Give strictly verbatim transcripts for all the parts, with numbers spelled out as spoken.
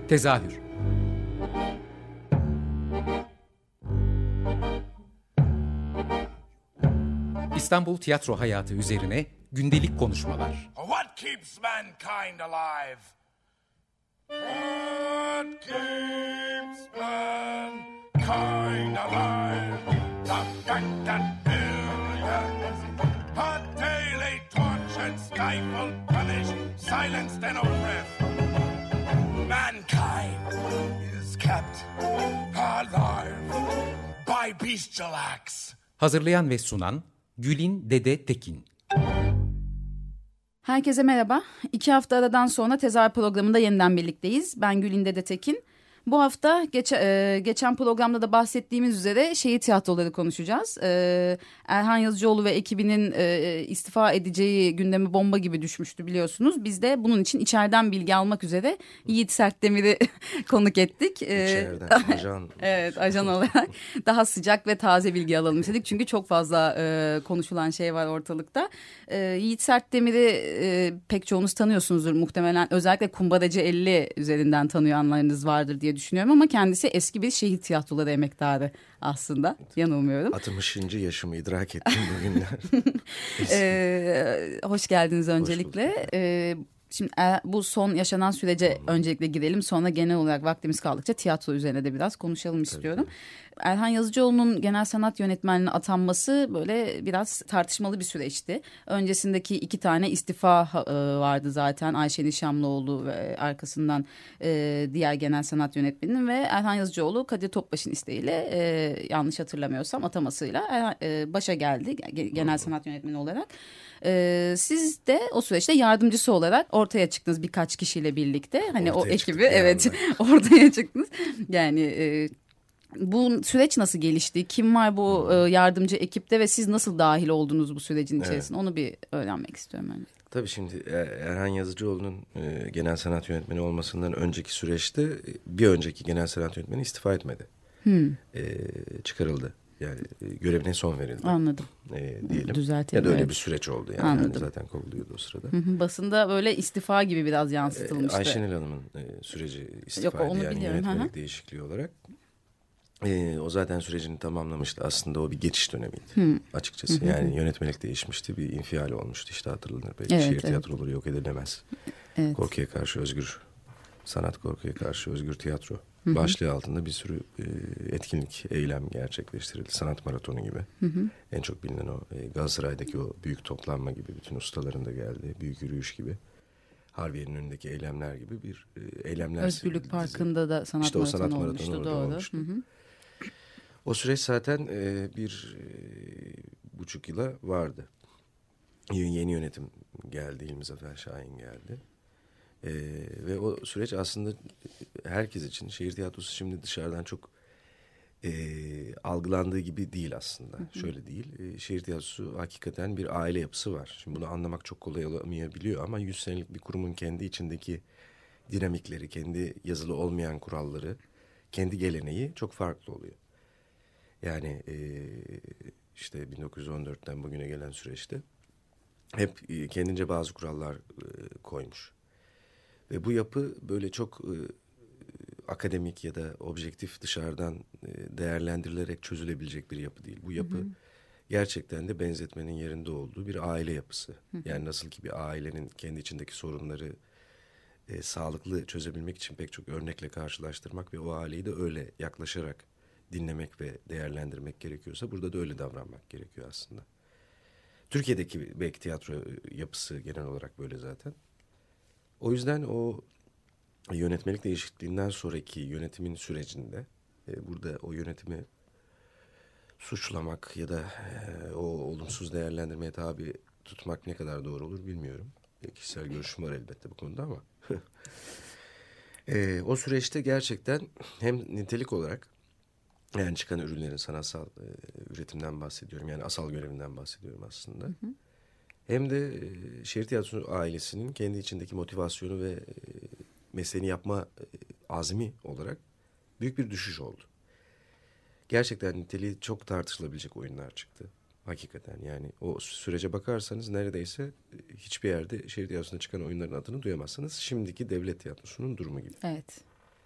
Tezahür. İstanbul tiyatro hayatı üzerine gündelik konuşmalar. What keeps mankind alive? What keeps mankind alive? The fact that billions are daily tortured, stifled, punished, silenced and oppressed. Mankind is kept alive by bestial acts. Hazırlayan ve sunan Gülin Dede Tekin. Herkese merhaba. İki hafta aradan sonra Tezahür programında yeniden birlikteyiz. Ben Gülin Dede Tekin. Bu hafta geç, e, geçen programda da bahsettiğimiz üzere şehir tiyatroları konuşacağız. E, Erhan Yazıcıoğlu ve ekibinin e, istifa edeceği gündemi bomba gibi düşmüştü biliyorsunuz. Biz de bunun için içeriden bilgi almak üzere Yiğit Sertdemir'i konuk ettik. E, İçeriden ajan. Evet, ajan olarak daha sıcak ve taze bilgi alalım istedik. Çünkü çok fazla e, konuşulan şey var ortalıkta. E, Yiğit Sertdemir'i e, pek çoğunuz tanıyorsunuzdur muhtemelen. Özellikle Kumbaracı elli üzerinden tanıyanlarınız vardır diye düşünüyorum ama kendisi eski bir şehir tiyatroları emektarı aslında. Yanılmıyorum. altmışıncı yaşımı idrak ettim bugünler. ee, hoş geldiniz öncelikle. Hoş ee, şimdi e, bu son yaşanan sürece hmm. öncelikle girelim. Sonra genel olarak vaktimiz kaldıkça tiyatro üzerine de biraz konuşalım istiyorum. Tabii. Erhan Yazıcıoğlu'nun genel sanat yönetmenliğine atanması böyle biraz tartışmalı bir süreçti. Öncesindeki iki tane istifa e, vardı zaten. Ayşe Nişamlıoğlu ve arkasından e, diğer genel sanat yönetmeninin ve Erhan Yazıcıoğlu Kadir Topbaş'ın isteğiyle e, yanlış hatırlamıyorsam atamasıyla Erhan, e, başa geldi genel sanat yönetmeni olarak. E, siz de o süreçte yardımcısı olarak ortaya çıktınız birkaç kişiyle birlikte. Hani ortaya o ekibi evet ortaya çıktınız. Yani e, bu süreç nasıl gelişti? Kim var bu e, yardımcı ekipte ve siz nasıl dahil oldunuz bu sürecin içerisine? Evet. Onu bir öğrenmek istiyorum önce. Tabii şimdi Erhan Yazıcıoğlu'nun e, genel sanat yönetmeni olmasından önceki süreçte bir önceki genel sanat yönetmeni istifa etmedi. Hmm. E, çıkarıldı. Yani e, görevine son verildi. Anladım. E, diyelim. Düzeltelim. Ya da öyle evet. bir süreç oldu yani. Anladım. Yani zaten kovuluyordu o sırada. Hı hı, basında böyle istifa gibi biraz yansıtılmıştı. E, Ayşenil Hanım'ın e, süreci istifaydı. Yok, onu yani biliyorum. yönetmenlik Hı-hı. değişikliği olarak. Ee, o zaten sürecini tamamlamıştı. Aslında o bir geçiş dönemiydi hmm. açıkçası. Hmm. Yani yönetmelik değişmişti. Bir infial olmuştu işte hatırlanır. Belki evet, şehir evet. tiyatroları yok edilemez. Evet. Korkuya karşı özgür sanat, korkuya karşı özgür tiyatro. Hmm. Başlığı altında bir sürü e, etkinlik, eylem gerçekleştirildi. Sanat maratonu gibi. Hmm. En çok bilinen o e, Galatasaray'daki o büyük toplanma gibi bütün ustaların da geldiği büyük yürüyüş gibi. Harbiye'nin önündeki eylemler gibi bir e, eylemler. Özgürlük Parkı'nda da sanat işte maratonu, sanat maratonu olmuştu. Doğru. Olmuştu. Hı hı. O süreç zaten e, bir e, buçuk yıla vardı. Yeni yönetim geldi, İlmi Zafer Şahin geldi. E, ve o süreç aslında herkes için, şehir tiyatrosu şimdi dışarıdan çok e, algılandığı gibi değil aslında. Hı hı. Şöyle değil, e, şehir tiyatrosu hakikaten bir aile yapısı var. Şimdi bunu anlamak çok kolay olamayabiliyor ama yüz senelik bir kurumun kendi içindeki dinamikleri, kendi yazılı olmayan kuralları, kendi geleneği çok farklı oluyor. Yani e, işte bin dokuz yüz on dörtten bugüne gelen süreçte hep e, kendince bazı kurallar e, koymuş. Ve bu yapı böyle çok e, akademik ya da objektif dışarıdan e, değerlendirilerek çözülebilecek bir yapı değil. Bu yapı hı hı. gerçekten de benzetmenin yerinde olduğu bir aile yapısı. Hı hı. Yani nasıl ki bir ailenin kendi içindeki sorunları e, sağlıklı çözebilmek için pek çok örnekle karşılaştırmak ve o aileyi de öyle yaklaşarak dinlemek ve değerlendirmek gerekiyorsa burada da öyle davranmak gerekiyor aslında. Türkiye'deki belki tiyatro yapısı genel olarak böyle zaten. O yüzden o yönetmelik değişikliğinden sonraki yönetimin sürecinde e, burada o yönetimi suçlamak ya da e, o olumsuz değerlendirmeye tabi tutmak ne kadar doğru olur bilmiyorum. E, kişisel görüşüm var elbette bu konuda ama e, o süreçte gerçekten hem nitelik olarak yani çıkan ürünlerin sanatsal e, üretimden bahsediyorum. Yani asal görevinden bahsediyorum aslında. Hı hı. Hem de e, şehir tiyatrosu ailesinin kendi içindeki motivasyonu ve e, mesleğini yapma e, azmi olarak büyük bir düşüş oldu. Gerçekten niteliği çok tartışılabilecek oyunlar çıktı. Hakikaten yani o sürece bakarsanız neredeyse e, hiçbir yerde şehir tiyatrosunda çıkan oyunların adını duyamazsınız. Şimdiki devlet tiyatrosunun durumu gibi. Evet.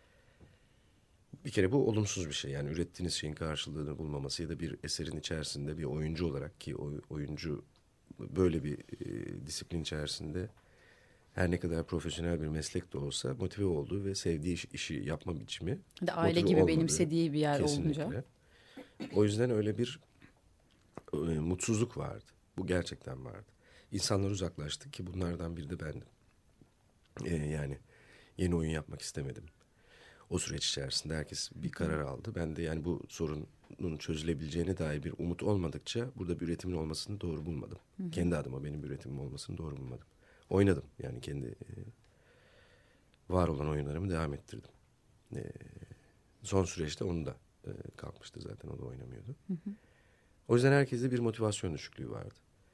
bir kere bu olumsuz bir şey. Yani ürettiğiniz şeyin karşılığını bulmaması ya da bir eserin içerisinde bir oyuncu olarak ki oyuncu böyle bir e, disiplin içerisinde her ne kadar profesyonel bir meslek de olsa motive olduğu ve sevdiği iş, işi yapma biçimi. De aile gibi olmadığı, benimsediği bir yer kesinlikle olunca. O yüzden öyle bir e, mutsuzluk vardı. Bu gerçekten vardı. İnsanlar uzaklaştı ki bunlardan biri de bendim. E, yani yeni oyun yapmak istemedim. O süreç içerisinde herkes bir karar aldı. Ben de yani bu sorunun çözülebileceğine dair bir umut olmadıkça burada bir üretimin olmasını doğru bulmadım. Hı hı. Kendi adıma benim bir üretimim olmasını doğru bulmadım. Oynadım yani kendi e, var olan oyunlarımı devam ettirdim. E, son süreçte onu da e, kalkmıştı zaten, o da oynamıyordu. Hı hı. O yüzden herkeste bir motivasyon düşüklüğü vardı.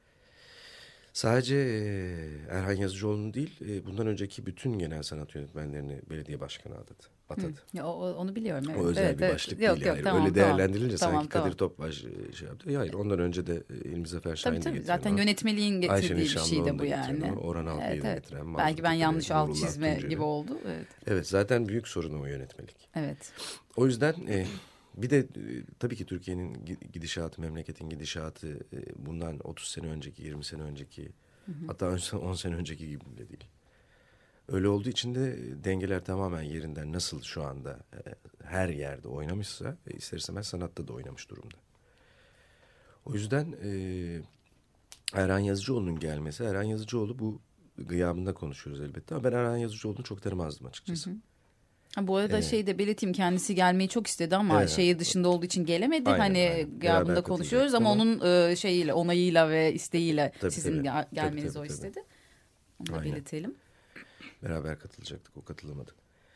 Sadece e, Erhan Yazıcıoğlu'nun değil, e, bundan önceki bütün genel sanat yönetmenlerini belediye başkanı atadı. atadı. Ya, o, onu biliyorum. Evet. O özel evet, bir evet. başlık yok, değil. yok, Yani. tamam, Öyle tamam. değerlendirilince tamam, sanki tamam. Kadir Topbaş şey yaptı. Hayır, ondan önce de İlmi Zafer Şahin'i tabii, tabii. getiren. Zaten o. yönetmeliğin getirdiği Ayşe bir şey de bu yani. O, Orhan Alkay'ı evet, da evet. getiren. Belki ben yanlış alt Nurullah çizme Tunceli. gibi oldu. Evet. Evet, zaten büyük sorun o yönetmelik. Evet. O yüzden e, bir de e, tabii ki Türkiye'nin gidişatı, memleketin gidişatı e, bundan otuz sene önceki, yirmi sene önceki, hı hı. hatta on sene önceki gibi bile değil. Öyle olduğu için de dengeler tamamen yerinden nasıl şu anda e, her yerde oynamışsa e, ister istemez sanatta da oynamış durumda. O yüzden e, Erhan Yazıcıoğlu'nun gelmesi, Erhan Yazıcıoğlu bu gıyabında konuşuyoruz elbette ama ben Erhan Yazıcıoğlu'nu çok tanımazdım açıkçası. Hı hı. Ha, bu arada evet. şey de belirteyim, kendisi gelmeyi çok istedi ama evet. şehir dışında olduğu için gelemedi. Aynen, hani aynen. gıyabında konuşuyoruz ama, ama onun e, şeyiyle, onayıyla ve isteğiyle tabii, sizin tabii. Gel- gelmenizi tabii, tabii, o istedi. Onu da aynen. belirtelim. Beraber katılacaktık, o katılamadı.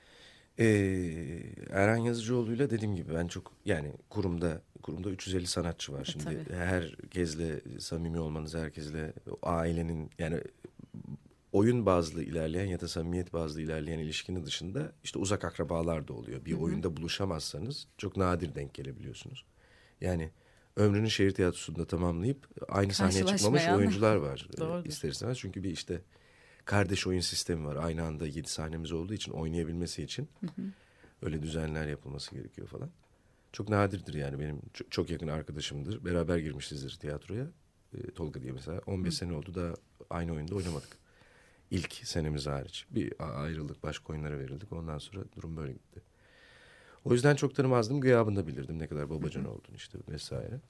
Ee, Erhan Yazıcıoğlu'yla dediğim gibi ben çok yani kurumda kurumda üç yüz elli sanatçı var. Şimdi e, herkesle samimi olmanız, herkesle ailenin yani oyun bazlı ilerleyen ya da samimiyet bazlı ilerleyen ilişkinin dışında işte uzak akrabalar da oluyor. Bir Hı-hı. oyunda buluşamazsanız çok nadir denk gelebiliyorsunuz. Yani ömrünü şehir tiyatrosunda tamamlayıp aynı sahneye çıkmamış oyuncular var. İster istemez çünkü bir işte kardeş oyun sistemi var. Aynı anda yedi sahnemiz olduğu için oynayabilmesi için hı hı. öyle düzenler yapılması gerekiyor falan. Çok nadirdir yani, benim çok, çok yakın arkadaşımdır. Beraber girmişizdir tiyatroya. E, Tolga diye mesela on beş hı. sene oldu da aynı oyunda oynamadık. İlk senemiz hariç. Bir ayrıldık, başka oyunlara verildik. Ondan sonra durum böyle gitti. O yüzden çok tanımazdım. Gıyabında bilirdim ne kadar babacan hı hı. olduğunu işte vesaire.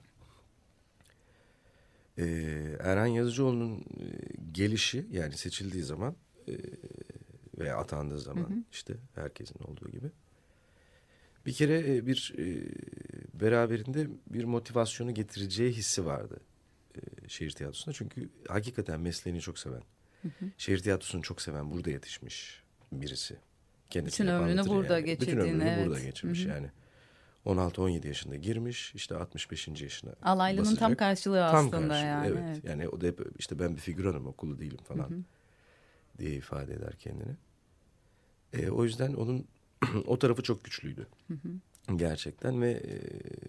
Ee, Erhan Yazıcıoğlu'nun e, gelişi yani seçildiği zaman e, veya atandığı zaman hı hı. işte herkesin olduğu gibi bir kere e, bir e, beraberinde bir motivasyonu getireceği hissi vardı e, şehir tiyatrosunda. Çünkü hakikaten mesleğini çok seven, hı hı. şehir tiyatrosunu çok seven, burada yetişmiş birisi. Bütün ömrünü burada yani. geçirdiğini. Bütün ömrünü evet. burada geçirmiş hı hı. yani. on altı on yedi yaşında girmiş, işte altmış beşinci yaşına Alaylının basacak. tam karşılığı tam aslında karşılığı, yani. Evet. evet. Yani o da hep işte ben bir figüranım, okulu değilim falan hı hı. diye ifade eder kendini. E, o yüzden onun o tarafı çok güçlüydü. Hı hı. Gerçekten ve e,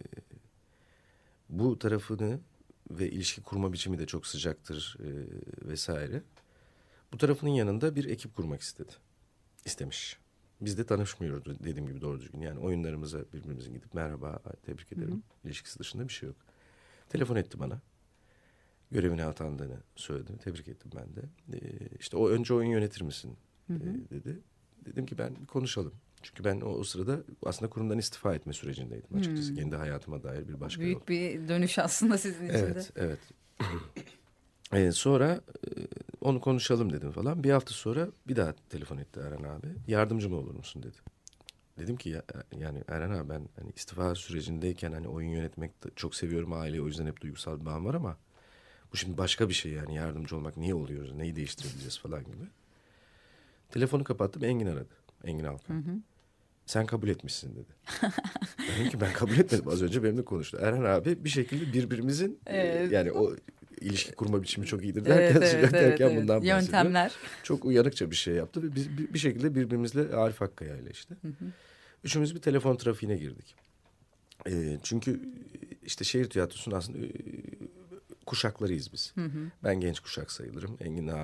bu tarafını ve ilişki kurma biçimi de çok sıcaktır e, vesaire. Bu tarafının yanında bir ekip kurmak istedi. İstemiş. Biz de tanışmıyoruz dediğim gibi doğru düzgün. Yani oyunlarımıza birbirimizin gidip merhaba, tebrik ederim. Hı hı. İlişkisi dışında bir şey yok. Telefon etti bana. Görevine atandığını söyledi. Tebrik ettim ben de. Ee, işte o önce oyun yönetir misin hı hı. E, dedi. Dedim ki ben konuşalım. Çünkü ben o, o sırada aslında kurumdan istifa etme sürecindeydim açıkçası. Hmm. Kendi hayatıma dair bir başka Büyük yol. bir dönüş aslında sizin için evet, de. Evet, evet. Ee, sonra e, onu konuşalım dedim falan. Bir hafta sonra bir daha telefon etti Erhan abi. Yardımcı mı olur musun dedi. Dedim ki ya, yani Erhan abi ben hani istifa sürecindeyken hani oyun yönetmek çok seviyorum, aileyi, o yüzden hep duygusal bir bağım var ama bu şimdi başka bir şey yani, yardımcı olmak niye oluyoruz, neyi değiştirebileceğiz falan gibi. Telefonu kapattım, Engin aradı. Engin Alkan. Hı hı. Sen kabul etmişsin dedi. Dedim ki ben kabul etmedim, az önce benimle konuştu. Erhan abi bir şekilde birbirimizin evet. e, yani o ilişki kurma biçimi çok iyidir derken, evet, evet, derken evet, bundan bahsediyor. Yöntemler. Çok uyanıkça bir şey yaptı ve biz bir, bir şekilde birbirimizle Arif Akkaya ile işte. Hı hı. Üçümüz bir telefon trafiğine girdik. E, çünkü işte şehir tiyatrosunun aslında e, kuşaklarıyız biz. Hı hı. Ben genç kuşak sayılırım. Engin ile Arif bir üst kuşak evet. sayılır. Erhan abi ondan sonraki kuşak sayılır.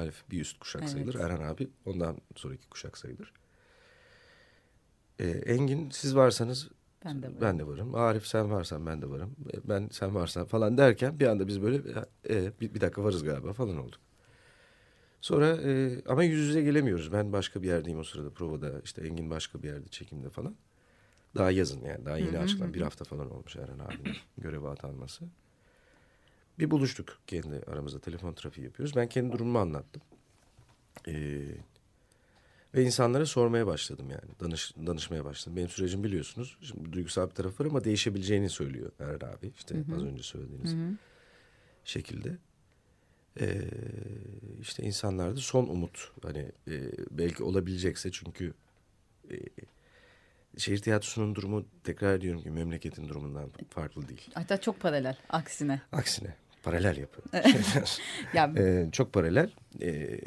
E, Engin siz varsanız Ben de varım. ben de varım. Arif sen varsan ben de varım. E, ben sen varsan falan derken bir anda biz böyle e, bir, bir dakika varız galiba falan olduk. Sonra e, ama yüz yüze gelemiyoruz. Ben başka bir yerdeyim o sırada provada. İşte Engin başka bir yerde çekimde falan. Daha yazın yani. Daha yeni açılan bir hafta falan olmuş Erhan abinin göreve atanması. Bir buluştuk kendi aramızda. Telefon trafiği yapıyoruz. Ben kendi durumumu anlattım. Ee, ve insanlara sormaya başladım yani. Danış, danışmaya başladım. Benim sürecim biliyorsunuz. Şimdi duygusal bir tarafı var ama değişebileceğini söylüyor Erhan abi. İşte hı hı. az önce söylediğiniz hı hı. şekilde. Ee, işte insanlarda son umut. Hani e, belki olabilecekse çünkü... E, şehir tiyatrosunun durumu tekrar ediyorum ki memleketin durumundan farklı değil. Hatta çok paralel aksine. Aksine paralel yapı. ya... ee, çok paralel. Ee,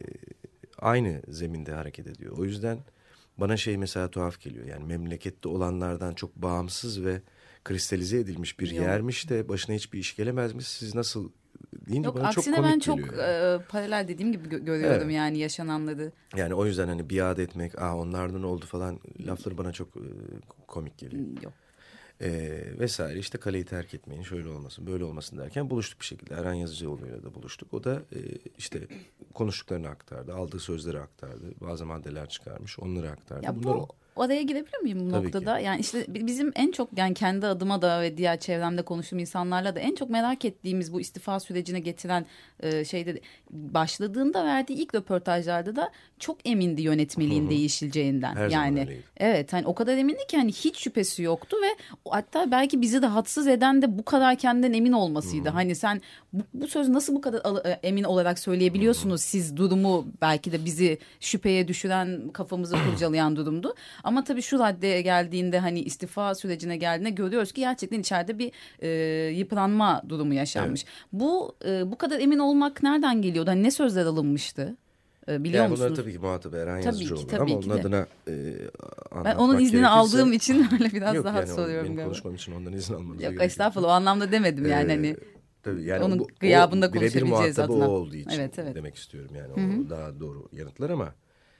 aynı zeminde hareket ediyor. O yüzden bana şey mesela tuhaf geliyor. Yani memlekette olanlardan çok bağımsız ve kristalize edilmiş bir Yok. yermiş de başına hiçbir iş gelemezmiş. Siz nasıl deyince Yok, bana çok komik geliyor. Aksine ben çok e, paralel dediğim gibi gö- görüyorum evet. yani yaşananları. Yani o yüzden hani biat etmek, ah onlardan oldu falan lafları bana çok e, komik geliyor. Yok. E, vesaire işte kaleyi terk etmeyin, şöyle olmasın, böyle olmasın derken buluştuk bir şekilde. Erhan Yazıcıoğlu'yla da buluştuk. O da e, işte konuştuklarını aktardı, aldığı sözleri aktardı. Bazı maddeler çıkarmış, onları aktardı. Ya Bunlar bu... Oraya girebilir miyim bu Tabii noktada? Ki. Yani işte bizim en çok yani kendi adıma da ve diğer çevremde konuştuğum insanlarla da en çok merak ettiğimiz bu istifa sürecine getiren e, şeyde başladığında verdiği ilk röportajlarda da çok emindi yönetmeliğin Hı-hı. değişileceğinden. Her yani evet hani o kadar emindi ki hani hiç şüphesi yoktu ve hatta belki bizi de hatsız eden de bu kadar kendinden emin olmasıydı. Hı-hı. Hani sen bu, bu sözü nasıl bu kadar al- emin olarak söyleyebiliyorsunuz? Hı-hı. Siz durumu belki de bizi şüpheye düşüren, kafamızı kurcalayan durumdu. Ama tabii şu raddeye geldiğinde hani istifa sürecine geldiğinde görüyoruz ki gerçekten içeride bir e, yıpranma durumu yaşanmış. Evet. Bu e, bu kadar emin olmak nereden geliyordu? Hani ne sözler alınmıştı? E, biliyor yani musunuz? Bunlar tabii ki muhatabı Erhan Yazıcıoğlu ama onun de. adına e, ben onun iznini gerekirse... aldığım için öyle biraz Yok, daha yani soruyorum. Benim galiba. konuşmam için ondan izin almanız Yok estağfurullah o anlamda demedim yani ee, hani. Tabii yani onun bu, gıyabında o, konuşabileceğiz adına. o olduğu için evet, evet. demek istiyorum yani. Hı-hı. O daha doğru yanıtlar ama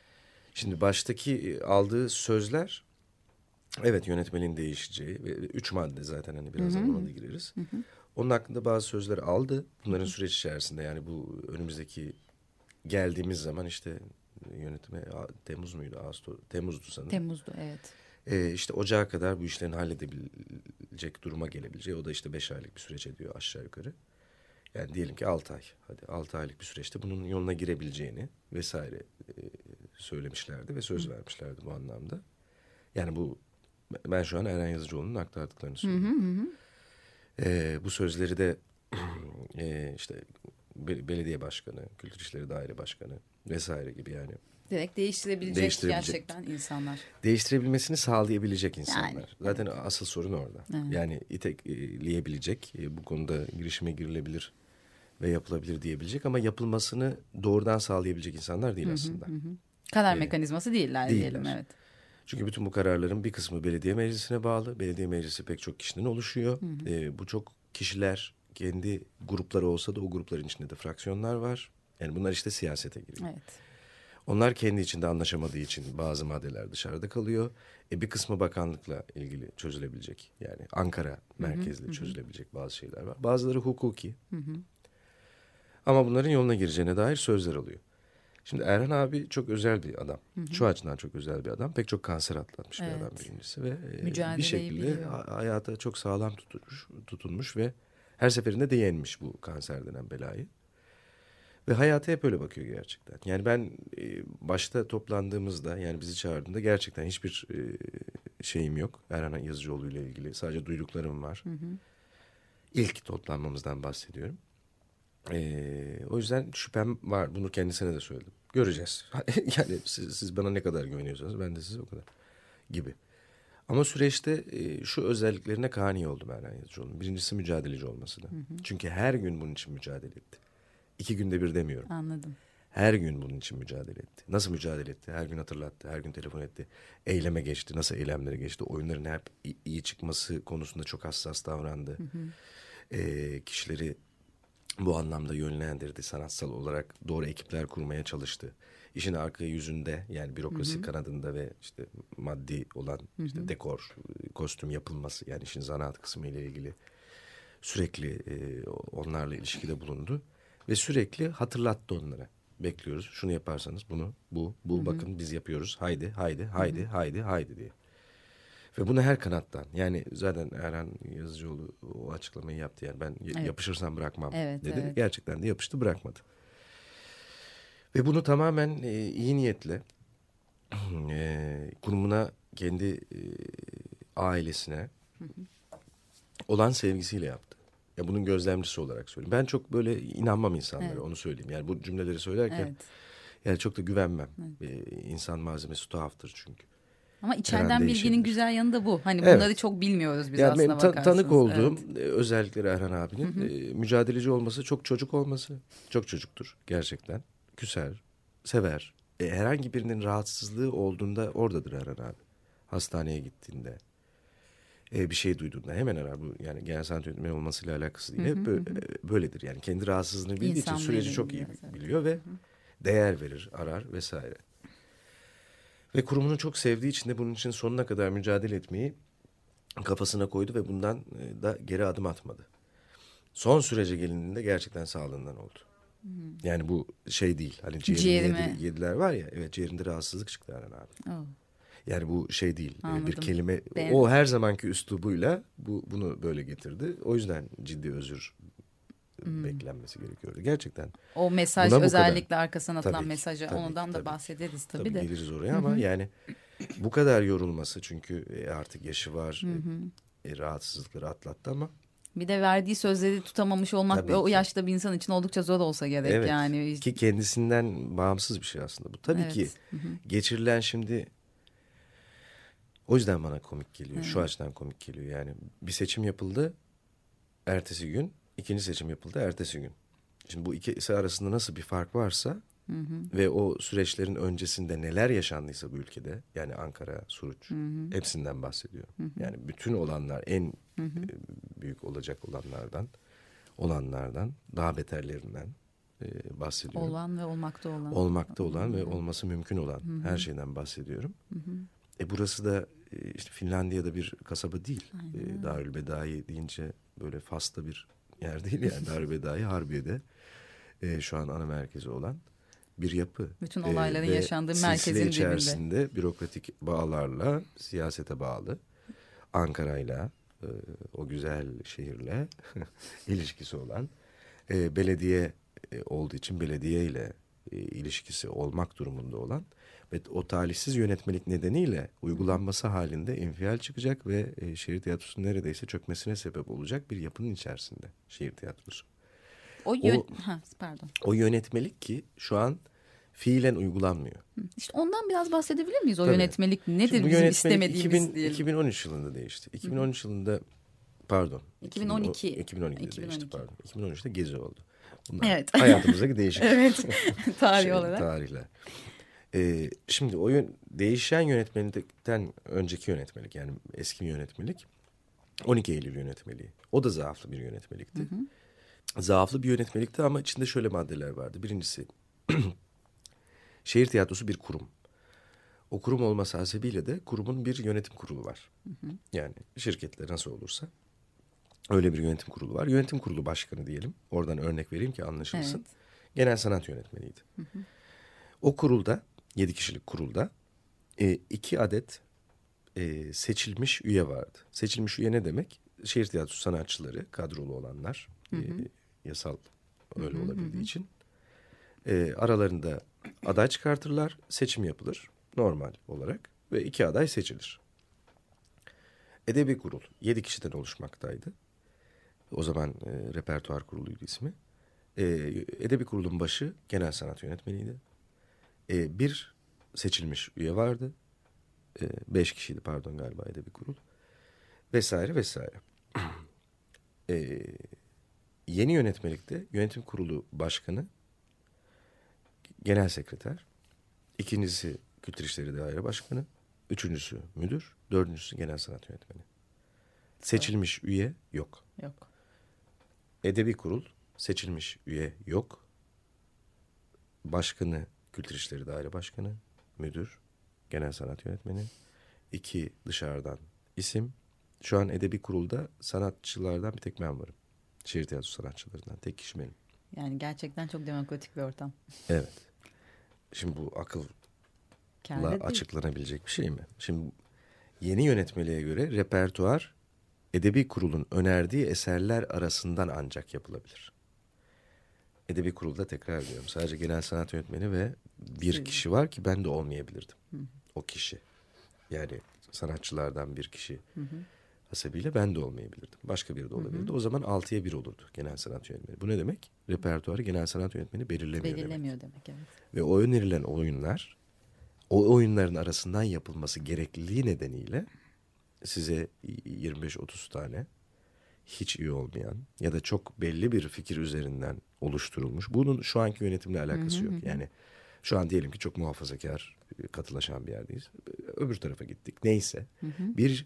şimdi baştaki aldığı sözler evet yönetmenin değişeceği ve üç madde zaten hani birazdan ona da gireriz. Hı hı. Onun hakkında bazı sözleri aldı. Bunların hı hı. süreç içerisinde yani bu önümüzdeki geldiğimiz zaman işte yönetime Temmuz muydu? Ağustos, Temmuz'du sanırım. Temmuz'du evet. Ee, işte Ocağa kadar bu işlerin halledebilecek duruma gelebileceği. O da işte beş aylık bir süreç ediyor aşağı yukarı. Yani diyelim ki altı ay. Hadi altı aylık bir süreçte bunun yoluna girebileceğini vesaire e, söylemişlerdi ve söz hı. vermişlerdi bu anlamda. Yani bu ben şu an Erhan Yazıcıoğlu'nun aktardıklarını söylüyorum. Hı hı hı. Ee, bu sözleri de e, işte be- belediye başkanı, kültür işleri daire başkanı vesaire gibi yani. Direkt değiştirebilecek, değiştirebilecek gerçekten insanlar. Değiştirebilmesini sağlayabilecek insanlar. Yani, Zaten evet. asıl sorun orada. Evet. Yani itekleyebilecek, bu konuda girişime girilebilir ve yapılabilir diyebilecek ama yapılmasını doğrudan sağlayabilecek insanlar değil hı hı, aslında. Hı. Karar ee, mekanizması değiller, değiller diyelim evet. Çünkü bütün bu kararların bir kısmı belediye meclisine bağlı. Belediye meclisi pek çok kişiden oluşuyor. Hı hı. Ee, bu çok kişiler kendi grupları olsa da o grupların içinde de fraksiyonlar var. Yani bunlar işte siyasete giriyor. Evet. Onlar kendi içinde anlaşamadığı için bazı maddeler dışarıda kalıyor. E bir kısmı bakanlıkla ilgili çözülebilecek. Yani Ankara merkezli hı hı. çözülebilecek bazı şeyler var. Bazıları hukuki. Hı hı. Ama bunların yoluna gireceğine dair sözler alıyor. Şimdi Erhan abi çok özel bir adam. Hı hı. Şu açıdan çok özel bir adam. Pek çok kanser atlatmış evet. bir adam birincisi. Ve bir şekilde biliyor. hayata çok sağlam tutunmuş, tutunmuş ve her seferinde de yenmiş bu kanser denen belayı. Ve hayata hep öyle bakıyor gerçekten. Yani ben e, başta toplandığımızda yani bizi çağırdığında gerçekten hiçbir e, şeyim yok. Erhan Yazıcıoğlu ile ilgili sadece duyduklarım var. Hı hı. İlk toplanmamızdan bahsediyorum. E, o yüzden şüphem var. Bunu kendisine de söyledim. Göreceğiz. Yani siz, siz bana ne kadar güveniyorsanız ben de size o kadar gibi. Ama süreçte e, şu özelliklerine kani oldum Erhan Yazıcıoğlu'nun. Birincisi mücadeleci olmasını. Hı hı. Çünkü her gün bunun için mücadele etti. İki günde bir demiyorum. Anladım. Her gün bunun için mücadele etti. Nasıl mücadele etti? Her gün hatırlattı, her gün telefon etti. Eyleme geçti, nasıl eylemlere geçti? Oyunların hep iyi çıkması konusunda çok hassas davrandı. Hı hı. E, kişileri bu anlamda yönlendirdi. Sanatsal olarak doğru ekipler kurmaya çalıştı. işin arka yüzünde, yani bürokrasi Hı hı. kanadında ve işte maddi olan işte Hı hı. dekor, kostüm yapılması, yani işin zanaat kısmı ile ilgili sürekli e, onlarla ilişkide bulundu ve sürekli hatırlattı onlara. Bekliyoruz. Şunu yaparsanız bunu, bu, bu Hı hı. bakın biz yapıyoruz. Haydi, haydi, haydi, Hı hı. haydi, haydi diye. Ve bunu her kanattan. Yani zaten Erhan Yazıcıoğlu o açıklamayı yaptı. Yani ben Evet. yapışırsam bırakmam Evet, dedi. evet. Gerçekten de yapıştı, bırakmadı. Ve bunu tamamen e, iyi niyetle e, kurumuna, kendi e, ailesine Hı hı. olan sevgisiyle yaptı. Ya bunun gözlemcisi olarak söyleyeyim. Ben çok böyle inanmam insanlara, Evet. onu söyleyeyim. Yani bu cümleleri söylerken Evet. yani çok da güvenmem. Evet. E, insan malzemesi tuhaftır çünkü. Ama Her içeriden an bilginin değişebilir. güzel yanı da bu. Hani Evet. bunları çok bilmiyoruz biz Yani aslına benim ta- bakarsanız. tanık olduğum Evet. e, özellikleri Erhan abinin Hı hı. e, mücadeleci olması, çok çocuk olması. Çok çocuktur gerçekten. Küser, sever. E, herhangi birinin rahatsızlığı olduğunda oradadır Erhan abi. Hastaneye gittiğinde, e, bir şey duyduğunda hemen arar. Bu yani genel sanat yönetmeni olmasıyla alakası değil. Hı Hep hı böyle, hı. e, böyledir yani. Kendi rahatsızlığını bildiği için İnsanlığıyla süreci çok iyi ilgili biraz, evet. biliyor ve değer verir, arar vesaire. Ve kurumunu çok sevdiği için de bunun için sonuna kadar mücadele etmeyi kafasına koydu ve bundan e, da geri adım atmadı. Son sürece gelindiğinde gerçekten sağlığından oldu. Yani bu şey değil. Hani ciğerini Ciğerimi. yedi- yediler var ya. Evet, ciğerinde rahatsızlık çıktı Erhan abi. Oh. Yani bu şey değil. e, Anladım. Bir kelime. Ben- O her zamanki üslubuyla bu bunu böyle getirdi. O yüzden ciddi özür Hmm. beklenmesi gerekiyordu. Gerçekten. O mesaj, Buna bu özellikle kadar. arkasına atılan Tabii ki, mesajı, tabii ki, ondan da tabii ki. bahsederiz tabii, Tabii de. geliriz oraya ama yani bu kadar yorulması, çünkü e, artık yaşı var. e, e, rahatsızlıkları atlattı ama Bir de verdiği sözleri tutamamış olmak Tabii o ki. yaşta bir insan için oldukça zor olsa gerek evet, yani. ki kendisinden bağımsız bir şey aslında bu. Tabii Evet. ki geçirilen şimdi, o yüzden bana komik geliyor. Şu açıdan komik geliyor. Yani bir seçim yapıldı ertesi gün, ikinci seçim yapıldı ertesi gün. Şimdi bu ikisi arasında nasıl bir fark varsa Hı hı. ve o süreçlerin öncesinde neler yaşandıysa bu ülkede, yani Ankara, Suruç, Hı hı. hepsinden bahsediyorum. Yani bütün olanlar, en Hı hı. e, büyük olacak olanlardan, olanlardan, daha beterlerinden e, bahsediyorum. Olan ve olmakta olan. Olmakta olan ve olması mümkün olan her şeyden bahsediyorum. E burası da e, işte Finlandiya'da bir kasaba değil. E, Darülbedai deyince böyle Fas'ta bir yer değil yani. Darülbedai Harbiye'de e, şu an ana merkezi olan bir yapı. Bütün olayların ve yaşandığı silsile merkezin dibinde. içerisinde bürokratik bağlarla siyasete bağlı, Ankara'yla, e, o güzel şehirle ilişkisi olan, e, belediye e, olduğu için belediye ile e, ilişkisi olmak durumunda olan ve o talihsiz yönetmelik nedeniyle uygulanması halinde infial çıkacak ve e, şehir tiyatrosunun neredeyse çökmesine sebep olacak bir yapının içerisinde şehir tiyatrosu. O, yön... O- ha, pardon. O yönetmelik ki şu an fiilen uygulanmıyor. İşte ondan biraz bahsedebilir miyiz? O Tabii. yönetmelik nedir Şimdi bu bizim yönetmelik istemediğimiz iki bin, diyelim. iki bin on üç yılında değişti. iki bin on üç yılında pardon. iki bin on iki. iki bin on ikide iki bin on değişti iki. pardon. iki bin on üçte Gezi oldu. Bunlar Evet. hayatımızdaki değişik Evet. Tarih şey, olarak. tarihler. Ee, şimdi o yön, değişen yönetmelikten önceki yönetmelik, yani eski yönetmelik on iki Eylül yönetmeliği. O da zaaflı bir yönetmelikti. Hı hı. Zaaflı bir yönetmelikti ama içinde şöyle maddeler vardı. Birincisi şehir tiyatrosu bir kurum. O kurum olması hasebiyle de kurumun bir yönetim kurulu var. Hı hı. Yani şirketle nasıl olursa öyle bir yönetim kurulu var. Yönetim kurulu başkanı diyelim. Oradan örnek vereyim ki anlaşılsın. Evet. Genel sanat yönetmeniydi. Hı hı. O kurulda, yedi kişilik kurulda e, iki adet e, seçilmiş üye vardı. Seçilmiş üye ne demek? Şehir tiyatrosu sanatçıları, kadrolu olanlar, Hı hı. e, yasal öyle Hı hı, olabildiği hı hı. için e, aralarında aday çıkartırlar, seçim yapılır normal olarak ve iki aday seçilir. Edebi kurul yedi kişiden oluşmaktaydı. O zaman e, repertuar kuruluydu ismi. E, edebi kurulun başı genel sanat yönetmeniydi. E, bir seçilmiş üye vardı. E, beş kişiydi pardon galiba edebi kurul. Vesaire vesaire. e, yeni yönetmelikte yönetim kurulu başkanı, genel sekreter, ikincisi Kültür İşleri Daire Başkanı, üçüncüsü müdür, dördüncüsü genel sanat yönetmeni. Seçilmiş üye yok. Yok. Edebi kurul seçilmiş üye yok. Başkanı Kültür İşleri Daire Başkanı, müdür, genel sanat yönetmeni. İki dışarıdan isim. Şu an edebi kurulda sanatçılardan bir tek ben varım. Şehir tiyatrosu sanatçılarından tek kişi benim. Yani gerçekten çok demokratik bir ortam. Evet. Şimdi bu akılla Kendi değil. açıklanabilecek bir şey mi? Şimdi yeni yönetmeliğe göre repertuar edebi kurulun önerdiği eserler arasından ancak yapılabilir. Edebi kurulda tekrar ediyorum. Sadece genel sanat yönetmeni ve bir Siz. kişi var ki ben de olmayabilirdim. Hı. O kişi. Yani sanatçılardan bir kişi hı hı. hasebiyle ben de olmayabilirdim. Başka biri de olabilirdi. Hı hı. O zaman altıya bir olurdu genel sanat yönetmeni. Bu ne demek? Repertuarı genel sanat yönetmeni belirlemiyor, belirlemiyor demek. demek. Evet. Ve o önerilen oyunlar, o oyunların arasından yapılması gerekliliği nedeniyle size yirmi beş otuz tane hiç iyi olmayan ya da çok belli bir fikir üzerinden oluşturulmuş. Bunun şu anki yönetimle alakası yok. Yani şu an diyelim ki çok muhafazakar katılaşan bir yerdeyiz. Öbür tarafa gittik. Neyse. Bir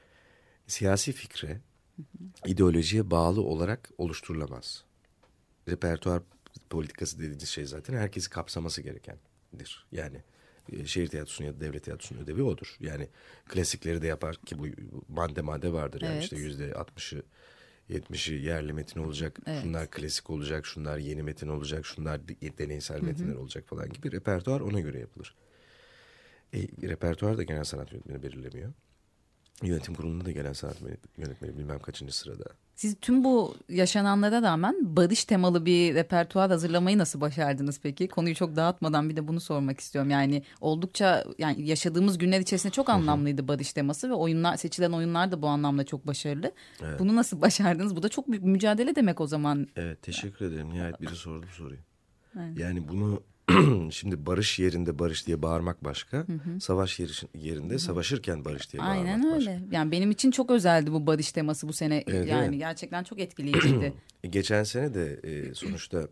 siyasi fikre, ideolojiye bağlı olarak oluşturulamaz. Repertuar politikası dediğiniz şey zaten herkesi kapsaması gerekendir. Yani şehir tiyatrosunun ya da devlet tiyatrosunun ödevi odur. Yani klasikleri de yapar ki bu madde madde vardır. Yani evet. işte yüzde altmışı yetmişi yerli metin olacak. Evet. Şunlar klasik olacak. Şunlar yeni metin olacak. Şunlar deneysel hı hı. metinler olacak falan gibi. Repertuar ona göre yapılır. E, repertuar da genel sanat yönetmeni belirlemiyor. Yönetim kurulunda da genel sanat yönetmeni bilmem kaçıncı sırada. Siz tüm bu yaşananlara rağmen barış temalı bir repertuar hazırlamayı nasıl başardınız peki? Konuyu çok dağıtmadan bir de bunu sormak istiyorum. Yani oldukça yani yaşadığımız günler içerisinde çok anlamlıydı barış teması ve oyunlar seçilen oyunlar da bu anlamda çok başarılı. Evet. Bunu nasıl başardınız? Bu da çok büyük mücadele demek o zaman. Evet, teşekkür ederim. Nihayet biri sordu bu soruyu. Evet. Yani bunu şimdi barış yerinde barış diye bağırmak başka. Hı hı. Savaş yerinde hı hı. savaşırken barış diye bağırmak Aynen başka. öyle. Yani benim için çok özeldi bu barış teması bu sene. Evet, yani evet. Gerçekten çok etkileyiciydi. Geçen sene de e, sonuçta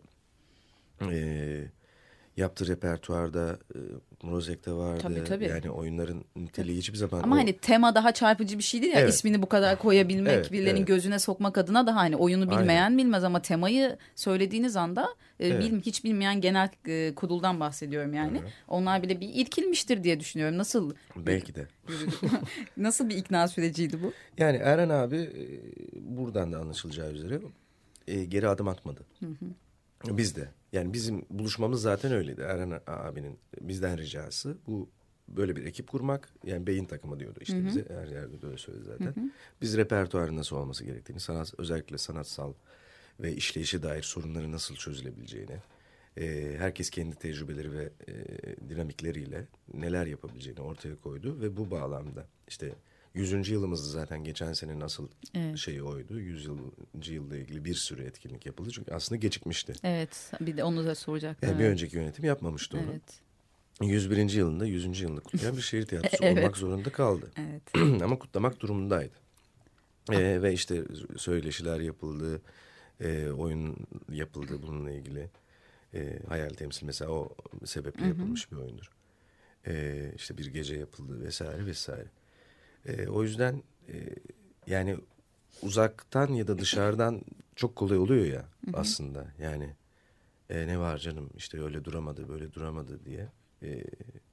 e, yaptığı repertuarda e, Mrozek'te vardı. Tabii, tabii. Yani oyunların niteliği hiçbir zaman... Ama o... hani tema daha çarpıcı bir şey değil ya. Evet. İsmini bu kadar koyabilmek, evet, birilerinin evet. gözüne sokmak adına da hani oyunu bilmeyen aynen. bilmez ama temayı söylediğiniz anda e, evet. bil, hiç bilmeyen genel e, kuruldan bahsediyorum yani. Evet. Onlar bile bir irkilmiştir diye düşünüyorum. Nasıl? Belki de. Nasıl bir ikna süreciydi bu? Yani Erhan abi e, buradan da anlaşılacağı üzere e, geri adım atmadı. Hı hı. Biz de. Yani bizim buluşmamız zaten öyleydi. Erhan abinin bizden ricası bu böyle bir ekip kurmak. Yani beyin takımı diyordu işte hı hı. bize. Her yerde böyle söyledi zaten. Hı hı. Biz repertuarın nasıl olması gerektiğini, sanat, özellikle sanatsal ve işleyişe dair sorunları nasıl çözülebileceğini, e, herkes kendi tecrübeleri ve e, dinamikleriyle neler yapabileceğini ortaya koydu. Ve bu bağlamda işte yüzüncü yılımızdı zaten geçen sene nasıl evet. şeyi oydu. yüzyılcı yılla ilgili bir sürü etkinlik yapıldı. Çünkü aslında gecikmişti. Evet, bir de onu da soracaktım. Yani evet. Bir önceki yönetim yapmamıştı onu. Evet. yüz birinci yılında yüzüncü yılını kutlayan bir şehir tiyatrosu evet. olmak zorunda kaldı. Evet. Ama kutlamak durumundaydı. Ee, ve işte söyleşiler yapıldı, e, oyun yapıldı bununla ilgili. E, hayal temsil mesela o sebeple yapılmış hı hı. bir oyundur. E, işte bir gece yapıldı vesaire vesaire. E, o yüzden e, yani uzaktan ya da dışarıdan çok kolay oluyor ya hı hı. aslında. Yani e, ne var canım işte öyle duramadı böyle duramadı diye. E,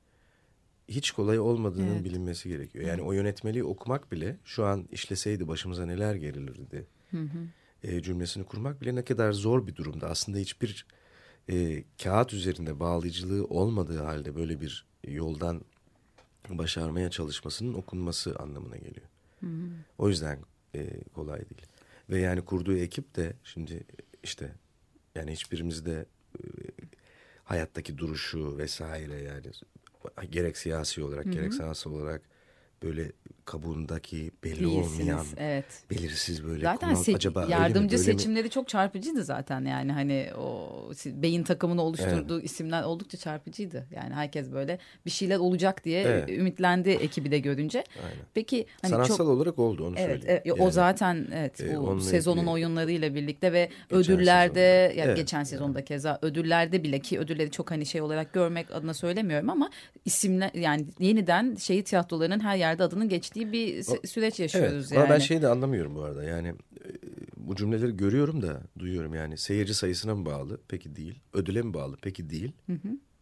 hiç kolay olmadığının evet. bilinmesi gerekiyor. Yani hı. o yönetmeliği okumak bile şu an işleseydi başımıza neler gelirdi hı hı. E, cümlesini kurmak bile ne kadar zor bir durumda. Aslında hiçbir e, kağıt üzerinde bağlayıcılığı olmadığı halde böyle bir yoldan başarmaya çalışmasının okunması anlamına geliyor. Hı hı. O yüzden e, kolay değil. Ve yani kurduğu ekip de şimdi işte yani hiçbirimiz de e, hayattaki duruşu vesaire yani gerek siyasi olarak hı hı. gerek sanatsal olarak böyle kabuğundaki belli değilsiniz, olmayan evet. belirsiz böyle zaten kulak, se- acaba yardımcı mi, seçimleri mi? çok çarpıcıydı zaten yani hani o beyin takımını oluşturduğu evet. isimler oldukça çarpıcıydı. Yani herkes böyle bir şeyler olacak diye evet. ümitlendi ekibi de görünce. Aynen. Peki hani sanatsal çok... olarak oldu onu evet, söyleyeyim. Evet, o yani, zaten evet e, o sezonun ilgili... oyunlarıyla birlikte ve geçen ödüllerde yani evet. geçen sezonda evet. keza ödüllerde bile ki ödülleri çok hani şey olarak görmek adına söylemiyorum ama isimler yani yeniden şehir tiyatrolarının her yerde adının geçtiği bir o, süreç yaşıyoruz evet. yani. Ben şeyi de anlamıyorum bu arada yani e, bu cümleleri görüyorum da duyuyorum yani seyirci sayısına mı bağlı? Peki değil. Ödüle mi bağlı? Peki değil. Hı hı.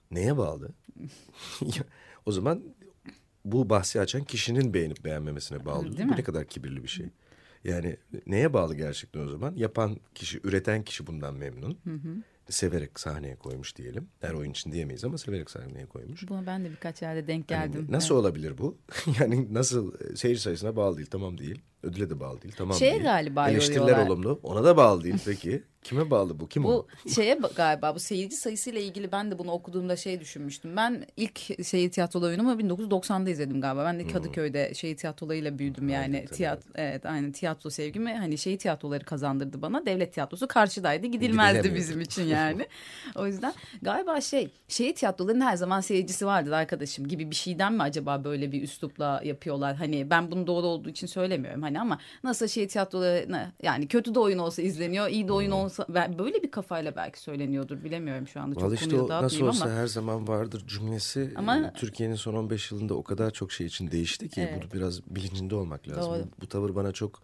Neye bağlı? O zaman bu bahsi açan kişinin beğenip beğenmemesine bağlı. Değil Bu mi? ne kadar kibirli bir şey. Yani neye bağlı gerçekten o zaman? Yapan kişi, üreten kişi bundan memnun. Hı hı. Severek sahneye koymuş diyelim. Her oyun için diyemeyiz ama severek sahneye koymuş. Buna ben de birkaç yerde denk geldim. Yani nasıl evet. olabilir bu? Yani nasıl, seyirci sayısına bağlı değil, tamam değil. Ödüle de bağlı değil, tamam Şeye değil. galiba Eleştiriler yoruyorlar. olumlu, ona da bağlı değil. Peki kime bağlı bu? Kim Bu o? şeye ba- galiba bu seyirci sayısıyla ilgili ben de bunu okuduğumda şey düşünmüştüm. Ben ilk şehir tiyatroları oyunumu bin dokuz yüz doksan'da izledim galiba. Ben de Kadıköy'de şehir tiyatrolarıyla büyüdüm yani. Aynen, Tiyatro, evet, aynen tiyatro sevgimi hani şehir tiyatroları kazandırdı bana. Devlet tiyatrosu karşıdaydı, gidilmezdi Gidilemiyordu. bizim için yani. O yüzden galiba şey şehir tiyatrolarının her zaman seyircisi vardır arkadaşım gibi bir şeyden mi acaba böyle bir üslupla yapıyorlar? Hani ben bunu doğru olduğu için söylemiyorum hani ama nasıl şehir tiyatroları yani kötü de oyun olsa izleniyor, iyi de oyun olsa böyle bir kafayla belki söyleniyordur bilemiyorum şu anda. Çok Vallahi işte konuyu o nasıl dağıtmayayım olsa ama. her zaman vardır cümlesi Ama- e, Türkiye'nin son on beş yılında o kadar çok şey için değişti ki Evet. bunu biraz bilincinde olmak lazım. Doğru. Bu, bu tavır bana çok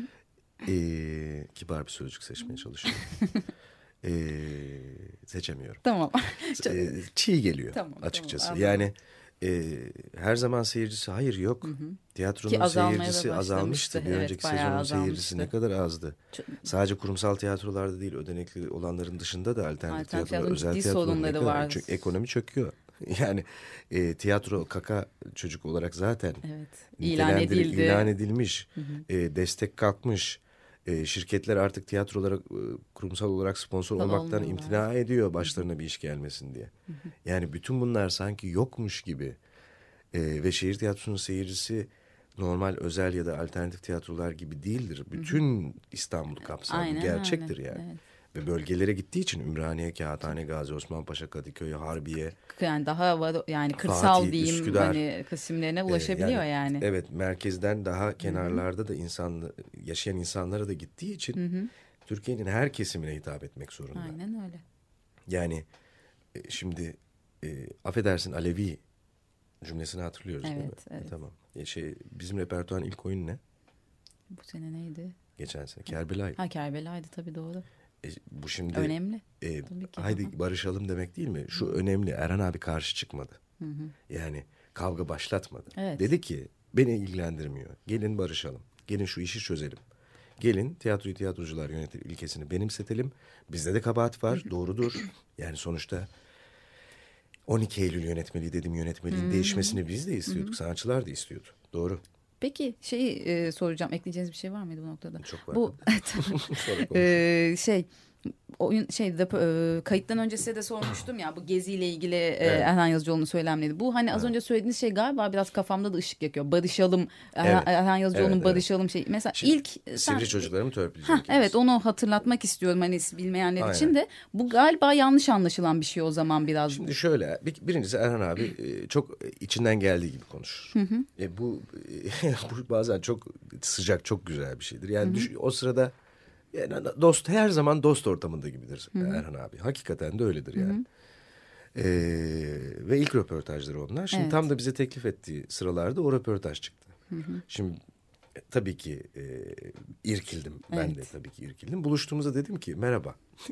e, kibar bir sözcük seçmeye çalışıyorum. e, seçemiyorum. Tamam. Çok- E, çiğ geliyor Tamam, açıkçası. tamam, yani e, her zaman seyircisi hayır yok. Tiyatronun Ki azalmaya da seyircisi başlamıştı. azalmıştı. Bir Evet, önceki bayağı sezonun azalmıştı. seyircisi ne kadar azdı. Çok- Sadece kurumsal tiyatrolarda değil, ödenekli olanların dışında da alternatif Alternatif tiyatrolar, tiyatronun özel ciddi tiyatrolar ne sorunları kadar. var. Çünkü ekonomi çöküyor. Yani e, tiyatro kaka çocuk olarak zaten Evet. İlan nitelendirilip edildi. ilan edilmiş, e, destek kalkmış. E, şirketler artık tiyatrolara e, kurumsal olarak sponsor Falan olmaktan olmuyorlar. imtina ediyor başlarına bir iş gelmesin diye. Yani bütün bunlar sanki yokmuş gibi. E, ve şehir tiyatrosunun seyircisi normal özel ya da alternatif tiyatrolar gibi değildir. Bütün İstanbul'u kapsar. Bu Aynen gerçektir öyle. yani. Evet. Ve bölgelere gittiği için Ümraniye, Kağıthane, Gazi Osmanpaşa, Kadıköy, Harbiye. Yani daha var yani kırsal Fatih, diyeyim Üsküdar. hani kısımlarına e, ulaşabiliyor yani. Evet, merkezden daha kenarlarda da insan yaşayan insanlara da gittiği için Türkiye'nin her kesimine hitap etmek zorunda. Aynen öyle. Yani e, şimdi e, affedersin Alevi cümlesini hatırlıyoruz değil mi? Evet, evet. E, tamam. E, şey bizim repertuarın ilk oyunu ne? Bu sene neydi? Geçen sene Kerbela'ydı. Ha Kerbela'ydı tabii doğru. E, bu şimdi Önemli. e, Tabii ki. haydi barışalım demek değil mi? Şu önemli. Erhan abi karşı çıkmadı. Yani kavga başlatmadı. Evet. Dedi ki beni ilgilendirmiyor. Gelin barışalım. Gelin şu işi çözelim. Gelin tiyatroyu tiyatrocular yönetir ilkesini benimsetelim. Bizde de kabahat var. Doğrudur. Yani sonuçta on iki Eylül yönetmeliği dedim yönetmeliğin değişmesini biz de istiyorduk. Sanatçılar da istiyordu. Doğru. Peki şeyi e, soracağım. Ekleyeceğiniz bir şey var mıydı bu noktada? Çok var. Bu Sonra konuşuruz. e, şey oyun şey rap- e, kayıttan önce size de sormuştum ya bu geziyle ilgili e, Evet. Erhan Yazıcıoğlu'nun söylemleri. Bu hani az önce söylediğiniz şey galiba biraz kafamda da ışık yakıyor. Barışalım. Erhan, Evet. Erhan Yazıcıoğlu'nun Evet, evet. barışalım şey. Mesela Şimdi ilk sen- Sivri çocuklarımı törpüleyecek. Ha, evet onu hatırlatmak istiyorum hani bilmeyenler Aynen. için de. Bu galiba yanlış anlaşılan bir şey o zaman biraz. Şimdi şöyle, bir, birincisi Erhan abi e, çok içinden geldiği gibi konuşur. E, bu, e, bu bazen çok sıcak, çok güzel bir şeydir. Yani düş- o sırada yani dost her zaman dost ortamında gibidir Erhan abi. Hakikaten de öyledir yani. E, ve ilk röportajları onlar. Şimdi Evet. tam da bize teklif ettiği sıralarda o röportaj çıktı. Şimdi e, tabii ki e, irkildim. Ben Evet. de tabii ki irkildim. Buluştuğumuzda dedim ki merhaba.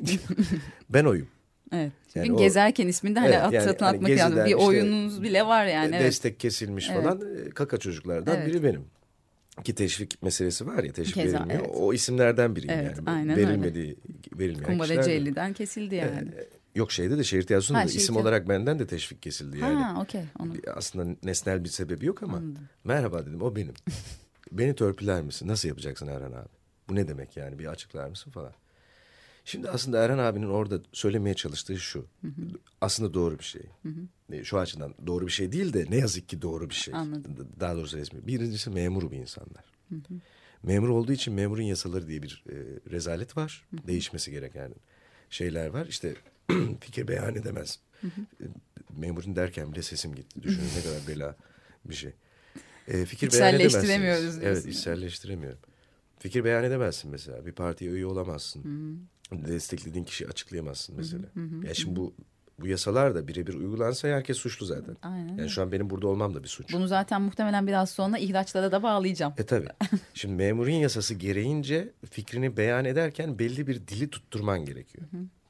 Ben oyum. Evet. Yani Çünkü o- gezerken isminde hani Evet, yani hatırlatmak hani lazım. geziden Bir işte oyununuz bile var yani. E, Evet. destek kesilmiş Evet. falan e, kaka çocuklardan Evet. biri benim. Ki teşvik meselesi var ya teşvik Keza, verilmiyor. evet. O isimlerden biriyim Evet, yani. aynen öyle. Verilmediği, verilmeyen Kumbaracı kişilerden. elli'den kesildi yani. E, Yok şeyde de şehir tiyatrosunda Ha, da şehir isim tiyatro- olarak benden de teşvik kesildi yani. Ha okey. Onu. Bir- Aslında nesnel bir sebebi yok ama merhaba dedim o benim. Beni törpüler misin? Nasıl yapacaksın Erhan abi? Bu ne demek yani bir açıklar mısın falan. Şimdi aslında Erhan abinin orada söylemeye çalıştığı şu. Aslında doğru bir şey. E, Şu açıdan doğru bir şey değil de ne yazık ki doğru bir şey. Anladım. Daha doğrusu resmi. Birincisi memur bir insanlar. Memur olduğu için memurun yasaları diye bir e, rezalet var. Değişmesi gereken şeyler var. İşte fikir beyan edemez. E, Memurun derken bile sesim gitti. Düşünün ne kadar bela bir şey. E, fikir beyan edemezsiniz. İçselleştiremiyoruz Evet, diyorsunuz. içselleştiremiyorum. Fikir beyan edemezsin mesela. Bir partiye üye olamazsın. Desteklediğin kişiyi açıklayamazsın mesela. Ya şimdi bu bu yasalar da birebir uygulansa herkes suçlu zaten. Aynen Yani şu an benim burada olmam da bir suç. Bunu zaten muhtemelen biraz sonra ihraçlara da bağlayacağım. E tabii. Şimdi memurun yasası gereğince fikrini beyan ederken belli bir dili tutturman gerekiyor.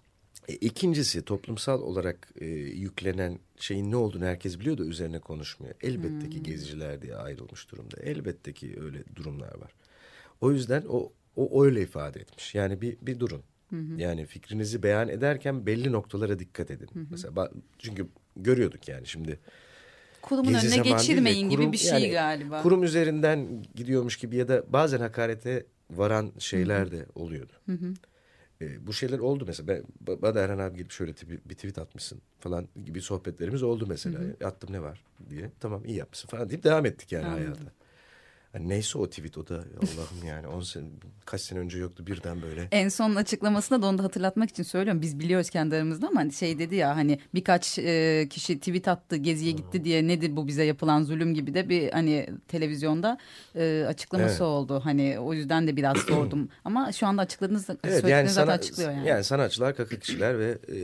E, ikincisi toplumsal olarak e, yüklenen şeyin ne olduğunu herkes biliyor da üzerine konuşmuyor. Elbette hmm. ki geziciler diye ayrılmış durumda. Elbette ki öyle durumlar var. O yüzden o, o öyle ifade etmiş. Yani bir, bir durun. Hı hı. Yani fikrinizi beyan ederken belli noktalara dikkat edin. Hı hı. Mesela çünkü görüyorduk yani şimdi. Kurumun önüne geçirmeyin de, kurum, gibi bir şey yani, galiba. Kurum üzerinden gidiyormuş gibi ya da bazen hakarete varan şeyler de oluyordu. Hı hı. E, bu şeyler oldu mesela. Ben, bana Erhan abi gelip şöyle bir tweet atmışsın falan gibi sohbetlerimiz oldu mesela. Hı hı. Attım ne var diye. Tamam iyi yapmışsın falan deyip devam ettik yani Anladım. hayata. Yani neyse o tweet o da Allah'ım yani on sene kaç sene önce yoktu birden böyle. En son açıklamasında da onu da hatırlatmak için söylüyorum. Biz biliyoruz kendi aramızda ama şey dedi ya hani birkaç e, kişi tweet attı geziye gitti diye nedir bu bize yapılan zulüm gibi de bir hani televizyonda e, açıklaması evet. oldu. Hani o yüzden de biraz sordum ama şu anda açıkladığınız evet, söylediğiniz yani zaten sana, açıklıyor yani. Yani sanatçılar kakı kişiler ve e,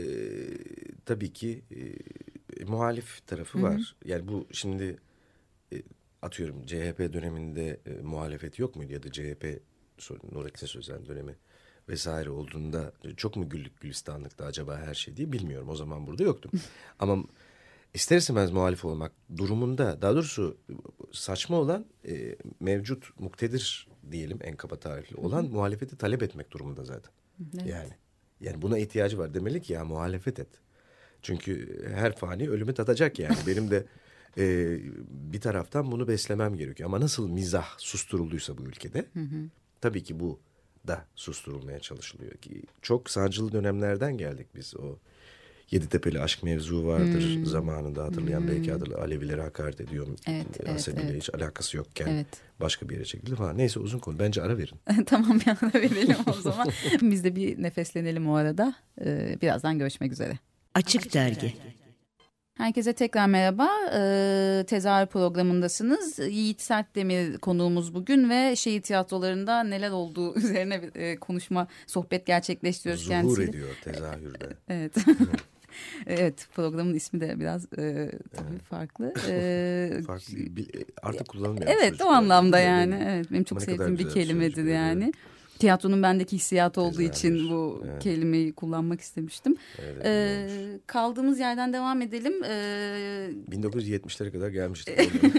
tabii ki e, muhalif tarafı Hı-hı. var. Yani bu şimdi e, atıyorum C H P döneminde e, muhalefet yok muydu ya da C H P Nurettin Sözen dönemi vesaire olduğunda çok mu güllük gülistanlıkta acaba her şey diye bilmiyorum. O zaman burada yoktum. Ama ister istemez muhalif olmak durumunda daha doğrusu saçma olan e, mevcut muktedir diyelim en kaba tarihli olan muhalefeti talep etmek durumunda zaten. Evet. Yani yani buna ihtiyacı var. Demeli ki ya muhalefet et. Çünkü her fani ölümü tadacak yani. Benim de Ee, bir taraftan bunu beslemem gerekiyor. Ama nasıl mizah susturulduysa bu ülkede hı hı. tabii ki bu da susturulmaya çalışılıyor. Ki çok sancılı dönemlerden geldik biz. O Yeditepe'li aşk mevzu vardır hmm. zamanında hatırlayan hmm. belki hatırlar. Alevilere hakaret ediyor. Evet, Asebiyle evet, evet. hiç alakası yokken evet. başka bir yere çekildi falan. Neyse uzun konu. Bence ara verin. Tamam bir ara verelim o zaman. Biz de bir nefeslenelim o arada. Ee, birazdan görüşmek üzere. Açık Dergi. Herkese tekrar merhaba. Ee, Tezahür programındasınız. Yiğit Sertdemir konuğumuz bugün ve şehir tiyatrolarında neler olduğu üzerine bir e, konuşma, sohbet gerçekleştiriyoruz Zuhur kendisiyle. ediyor tezahürde. Evet. Evet, programın ismi de biraz e, tabii evet. farklı. E, farklı artık kullanılmıyor. Evet, o anlamda yani. Evet, benim çok sevdiğim bir kelimedir yani. Evet. Tiyatronun bendeki hissiyatı olduğu Güzelmiş. için bu evet. kelimeyi kullanmak istemiştim. Evet, ee, kaldığımız yerden devam edelim. Ee, bin dokuz yüz yetmişlere kadar gelmiştik.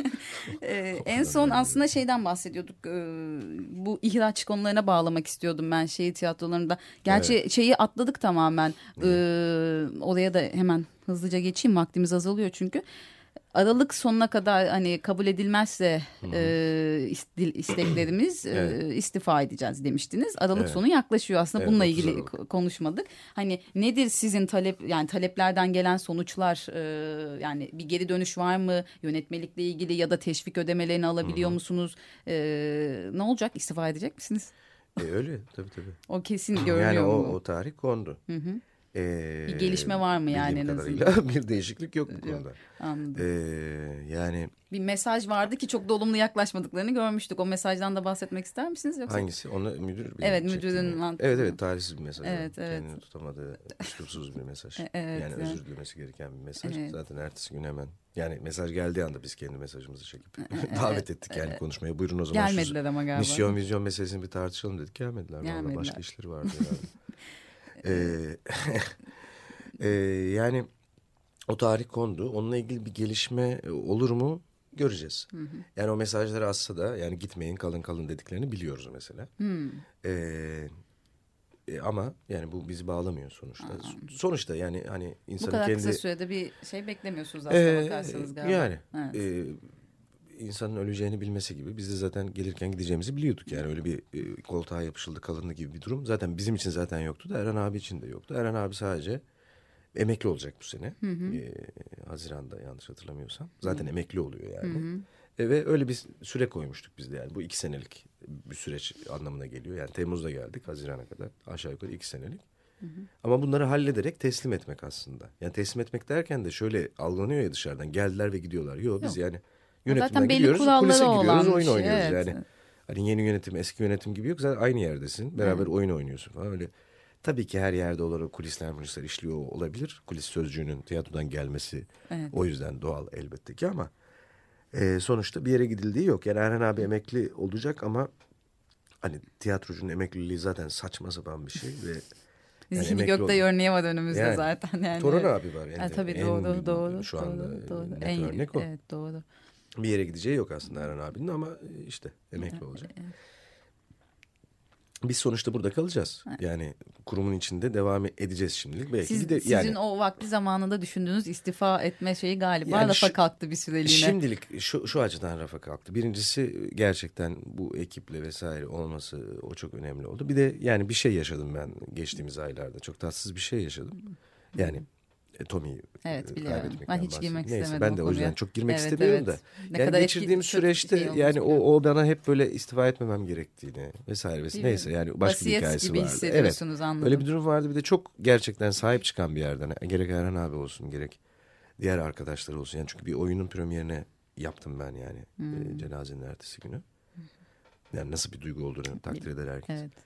ee, en son aslında şeyden bahsediyorduk. Ee, bu ihraç konularına bağlamak istiyordum ben şehir tiyatrolarında. Gerçi evet. şeyi atladık tamamen. Ee, oraya da hemen hızlıca geçeyim. Vaktimiz azalıyor çünkü. Aralık sonuna kadar hani kabul edilmezse e, isteklerimiz evet. e, istifa edeceğiz demiştiniz. Aralık evet. sonu yaklaşıyor aslında evet, bununla ilgili Aralık. konuşmadık. Hani nedir sizin talep yani taleplerden gelen sonuçlar e, yani bir geri dönüş var mı yönetmelikle ilgili ya da teşvik ödemelerini alabiliyor Hı-hı. musunuz? E, ne olacak istifa edecek misiniz? E, öyle tabii tabii. O kesin görünüyor yani mu? o, o tarih kondu. Hı hı. Ee, bir gelişme var mı yani en azından? Bir değişiklik yok bu konuda. Yok, anladım. Ee, yani bir mesaj vardı ki çok da olumlu yaklaşmadıklarını görmüştük. O mesajdan da bahsetmek ister misiniz? Yoksa? Hangisi? Onu müdür Evet müdürün. Evet evet talihsiz bir mesaj. Evet, evet. Kendini tutamadığı üslupsuz bir mesaj. Evet, yani evet. özür dilemesi gereken bir mesaj. Evet. Zaten ertesi gün hemen yani mesaj geldiği anda biz kendi mesajımızı çekip davet ettik yani konuşmaya. Buyurun o zaman. Gelmediler ama galiba. Misyon vizyon meselesini bir tartışalım dedik. Gelmediler. Gelmediler. Vallahi başka işleri vardı yani. Eee Ee, yani o tarih kondu. Onunla ilgili bir gelişme olur mu göreceğiz. Hı hı. Yani o mesajları atsa da yani gitmeyin kalın kalın dediklerini biliyoruz mesela. Hı. Ee, e, ama yani bu bizi bağlamıyor sonuçta. Aa. Sonuçta yani hani insanın kendi... Bu kadar kendi, kısa sürede bir şey beklemiyorsunuz aslında ee, bakarsanız galiba. Yani evet. e, insanın öleceğini bilmesi gibi biz de zaten gelirken gideceğimizi biliyorduk. Yani öyle bir e, koltuğa yapışıldı kalındı gibi bir durum. Zaten bizim için zaten yoktu da Erhan abi için de yoktu. Erhan abi sadece... Emekli olacak bu sene. Hı hı. Ee, Haziran'da yanlış hatırlamıyorsam. Zaten hı. emekli oluyor yani. Hı hı. E, ve öyle bir süre koymuştuk biz de yani. Bu iki senelik bir süreç anlamına geliyor. Yani Temmuz'da geldik Haziran'a kadar. Aşağı yukarı iki senelik. Hı hı. Ama bunları hallederek teslim etmek aslında. Yani teslim etmek derken de şöyle algılanıyor ya dışarıdan. Geldiler ve gidiyorlar. Yok biz yani yönetimden gidiyoruz. Kulise gidiyoruz. Oyun şey, oynuyoruz evet. yani. Hani yeni yönetim eski yönetim gibi yok. Zaten aynı yerdesin. Beraber hı. oyun oynuyorsun falan öyle. Tabii ki her yerde olarak kulisler kulisler işliyor olabilir. Kulis sözcüğünün tiyatrodan gelmesi evet. o yüzden doğal elbette ki ama e, sonuçta bir yere gidildiği yok. Yani Erhan abi emekli olacak ama hani tiyatrocunun emekliliği zaten saçma sapan bir şey ve Biz Yani şimdi Göktay örneği var önümüzde yani, zaten. Yani, Toran abi var. Yani ha, tabii en, doğru doğru. Şu anda doğru, doğru. net En, örnek o. Evet doğru. Bir yere gideceği yok aslında Erhan abinin ama işte emekli olacak. Biz sonuçta burada kalacağız. Yani kurumun içinde devam edeceğiz şimdilik. Belki Siz, bir de, sizin yani, o vakti zamanında düşündüğünüz istifa etme şeyi galiba Yani rafa şu- kalktı bir süreliğine. Şimdilik şu, şu açıdan rafa kalktı. Birincisi gerçekten bu ekiple vesaire olması o çok önemli oldu. Bir de yani bir şey yaşadım ben geçtiğimiz aylarda. Çok tatsız bir şey yaşadım. Yani e, Tommy'yi Evet, e, biliyorum. kaybetmekten Ben hiç girmek bahsettim. Neyse, istemedim ben de o o yüzden konuya. çok girmek Evet, istemiyorum evet. da. Ne yani kadar geçirdiğim etkili, çok süreçte şey olmuş yani o, biliyorum. o bana hep böyle istifa etmemem gerektiğini vesaire vesaire. Neyse yani başka Vasiyet bir hikayesi gibi vardı. Evet. hissediyorsunuz, anladım. Öyle bir durum vardı. Bir de çok gerçekten sahip çıkan bir yerden. Gerek Erhan abi olsun gerek diğer arkadaşlar olsun. Yani çünkü bir oyunun premierine yaptım ben yani Hmm. e, cenazenin ertesi günü. Yani nasıl bir duygu olduğunu takdir eder herkes. Evet.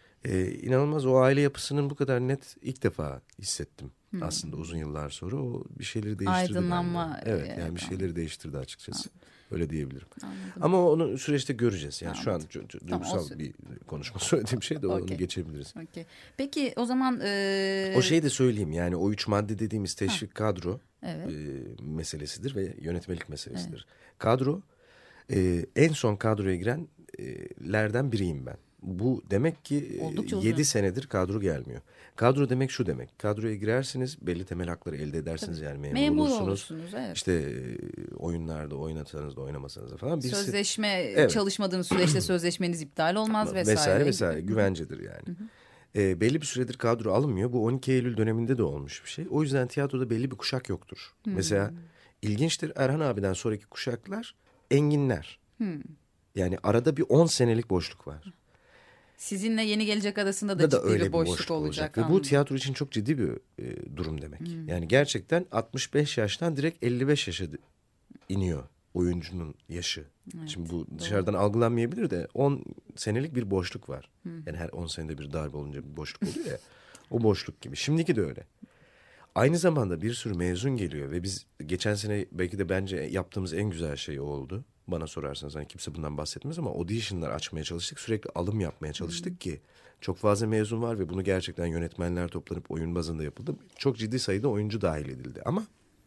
E, inanılmaz o aile yapısının bu kadar net ilk defa hissettim. Aslında uzun yıllar sonra o bir şeyleri değiştirdi. Aydınlanma, bende. Evet, evet, yani bir şeyleri değiştirdi açıkçası. Öyle diyebilirim. Anladım. Ama onu süreçte göreceğiz. Yani şu an Anladım. çok- çok Tamam, duygusal o sü- bir konuşma söylediğim şey de onu Okey. geçebiliriz. Okey. Peki o zaman... E... O şeyi de söyleyeyim yani o üç madde dediğimiz teşvik kadro Evet. e, meselesidir ve yönetmelik meselesidir. Kadro e, en son kadroya girenlerden biriyim ben. Bu demek ki Oldukça uzun. yedi senedir kadro gelmiyor. Kadro demek şu demek. Kadroya girersiniz belli temel hakları elde edersiniz yani memur, Memur olursunuz. olursunuz, evet. İşte e, oyunlarda oynatsanız da oynamasanız da falan. Birisi, Sözleşme Evet. çalışmadığınız süreçte sözleşmeniz iptal olmaz vesaire. Vesaire vesaire güvencedir yani. E, belli bir süredir kadro alınmıyor. Bu on iki Eylül döneminde de olmuş bir şey. O yüzden tiyatroda belli bir kuşak yoktur. Mesela ilginçtir Erhan abiden sonraki kuşaklar enginler. Yani arada bir on senelik boşluk var. Sizinle yeni gelecek arasında da, Da, da ciddi öyle bir boşluk, olacak. Ve bu anladım. tiyatro için çok ciddi bir e, durum demek. Yani gerçekten altmış beş yaştan direkt elli beş yaşa iniyor oyuncunun yaşı. Şimdi bu dışarıdan algılanmayabilir de on senelik bir boşluk var. Yani her on senede bir darbe olunca bir boşluk oluyor ya. O boşluk gibi. Şimdiki de öyle. Aynı zamanda bir sürü mezun geliyor ve biz geçen sene belki de bence yaptığımız en güzel şey o oldu. Bana sorarsanız hani kimse bundan bahsetmez ama audition'lar açmaya çalıştık. Sürekli alım yapmaya çalıştık ki çok fazla mezun var ve bunu gerçekten yönetmenler toplanıp oyun bazında yapıldı. Çok ciddi sayıda oyuncu dahil edildi ama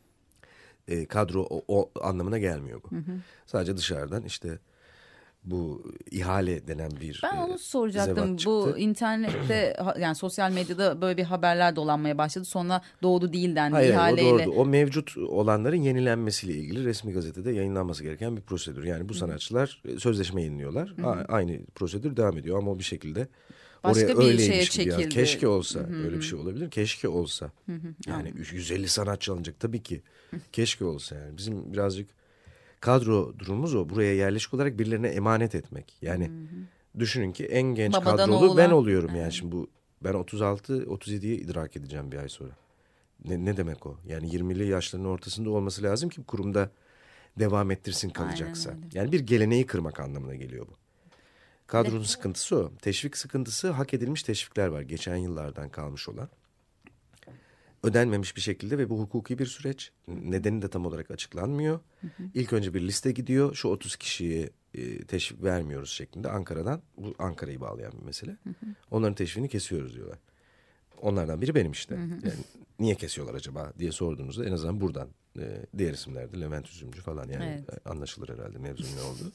e, kadro o, o anlamına gelmiyor bu. Sadece dışarıdan işte bu ihale denen bir Ben onu e, soracaktım. zevat Bu çıktı. internette ha- yani sosyal medyada böyle bir haberler dolanmaya başladı. Sonra doğru değil dendi Hayır, hayır, o ihaleyle. doğru. O mevcut olanların yenilenmesiyle ilgili resmi gazetede yayınlanması gereken bir prosedür. Yani bu sanatçılar e, sözleşme yayınlıyorlar. A- Aynı prosedür devam ediyor ama o bir şekilde Başka oraya bir öyleymiş şeye gibi yaz- çekildi. Keşke olsa öyle bir şey olabilir. Keşke olsa. Yani yüz elli sanatçı alınacak tabii ki. Keşke olsa yani. Bizim birazcık kadro durumumuz o. Buraya yerleşik olarak birilerine emanet etmek. Yani düşünün ki en genç Babadan kadrolu oğula. ben oluyorum yani şimdi bu ben otuz altı otuz yediye idrak edeceğim bir ay sonra. Ne, ne demek o? Yani yirmili yaşlarının ortasında olması lazım ki kurumda devam ettirsin kalacaksa. Aynen öyle. Yani bir geleneği kırmak anlamına geliyor bu. Kadronun sıkıntısı o. Teşvik sıkıntısı hak edilmiş teşvikler var. Geçen yıllardan kalmış olan. Ödenmemiş bir şekilde ve bu hukuki bir süreç. Nedeni de tam olarak açıklanmıyor. İlk önce bir liste gidiyor. Şu otuz kişiye e, teşvik vermiyoruz şeklinde Ankara'dan. Bu Ankara'yı bağlayan bir mesele. Onların teşviğini kesiyoruz diyorlar. Onlardan biri benim işte. Yani niye kesiyorlar acaba diye sorduğunuzda en azından buradan e, diğer isimlerde Levent Üzümcü falan yani Evet. e, anlaşılır herhalde mevzunun ne olduğu.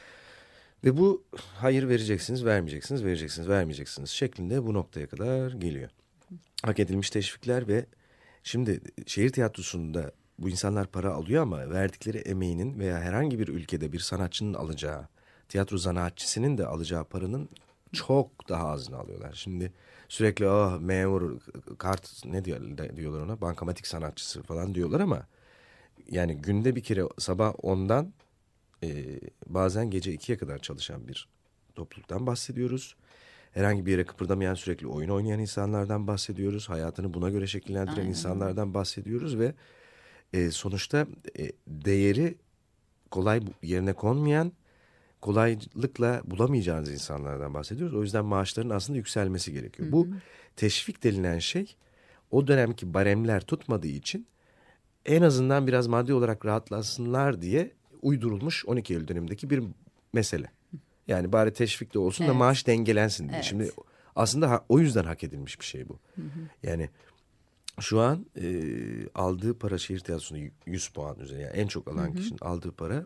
Ve bu hayır vereceksiniz, vermeyeceksiniz, vereceksiniz, vermeyeceksiniz şeklinde bu noktaya kadar geliyor. Hak edilmiş teşvikler ve şimdi şehir tiyatrosunda bu insanlar para alıyor ama verdikleri emeğinin veya herhangi bir ülkede bir sanatçının alacağı, tiyatro zanaatçısının da alacağı paranın çok daha azını alıyorlar. Şimdi sürekli ah memur, kart ne diyor, diyorlar ona bankamatik sanatçısı falan diyorlar ama yani günde bir kere sabah ondan e, bazen gece ikiye kadar çalışan bir topluluktan bahsediyoruz. Herhangi bir yere kıpırdamayan sürekli oyun oynayan insanlardan bahsediyoruz. Hayatını buna göre şekillendiren Aynen. insanlardan bahsediyoruz ve e, sonuçta e, değeri kolay yerine konmayan, kolaylıkla bulamayacağınız insanlardan bahsediyoruz. O yüzden maaşların aslında yükselmesi gerekiyor. Hı hı. Bu teşvik denilen şey o dönemki baremler tutmadığı için en azından biraz maddi olarak rahatlasınlar diye uydurulmuş on iki Eylül dönemindeki bir mesele. Yani bari teşvik de olsun Evet. da maaş dengelensin diye. Evet. Şimdi Aslında ha, o yüzden hak edilmiş bir şey bu. Hı hı. Yani şu an e, aldığı para şehir tiyatrosunda yüz puan üzerine. Yani en çok alan hı hı. kişinin aldığı para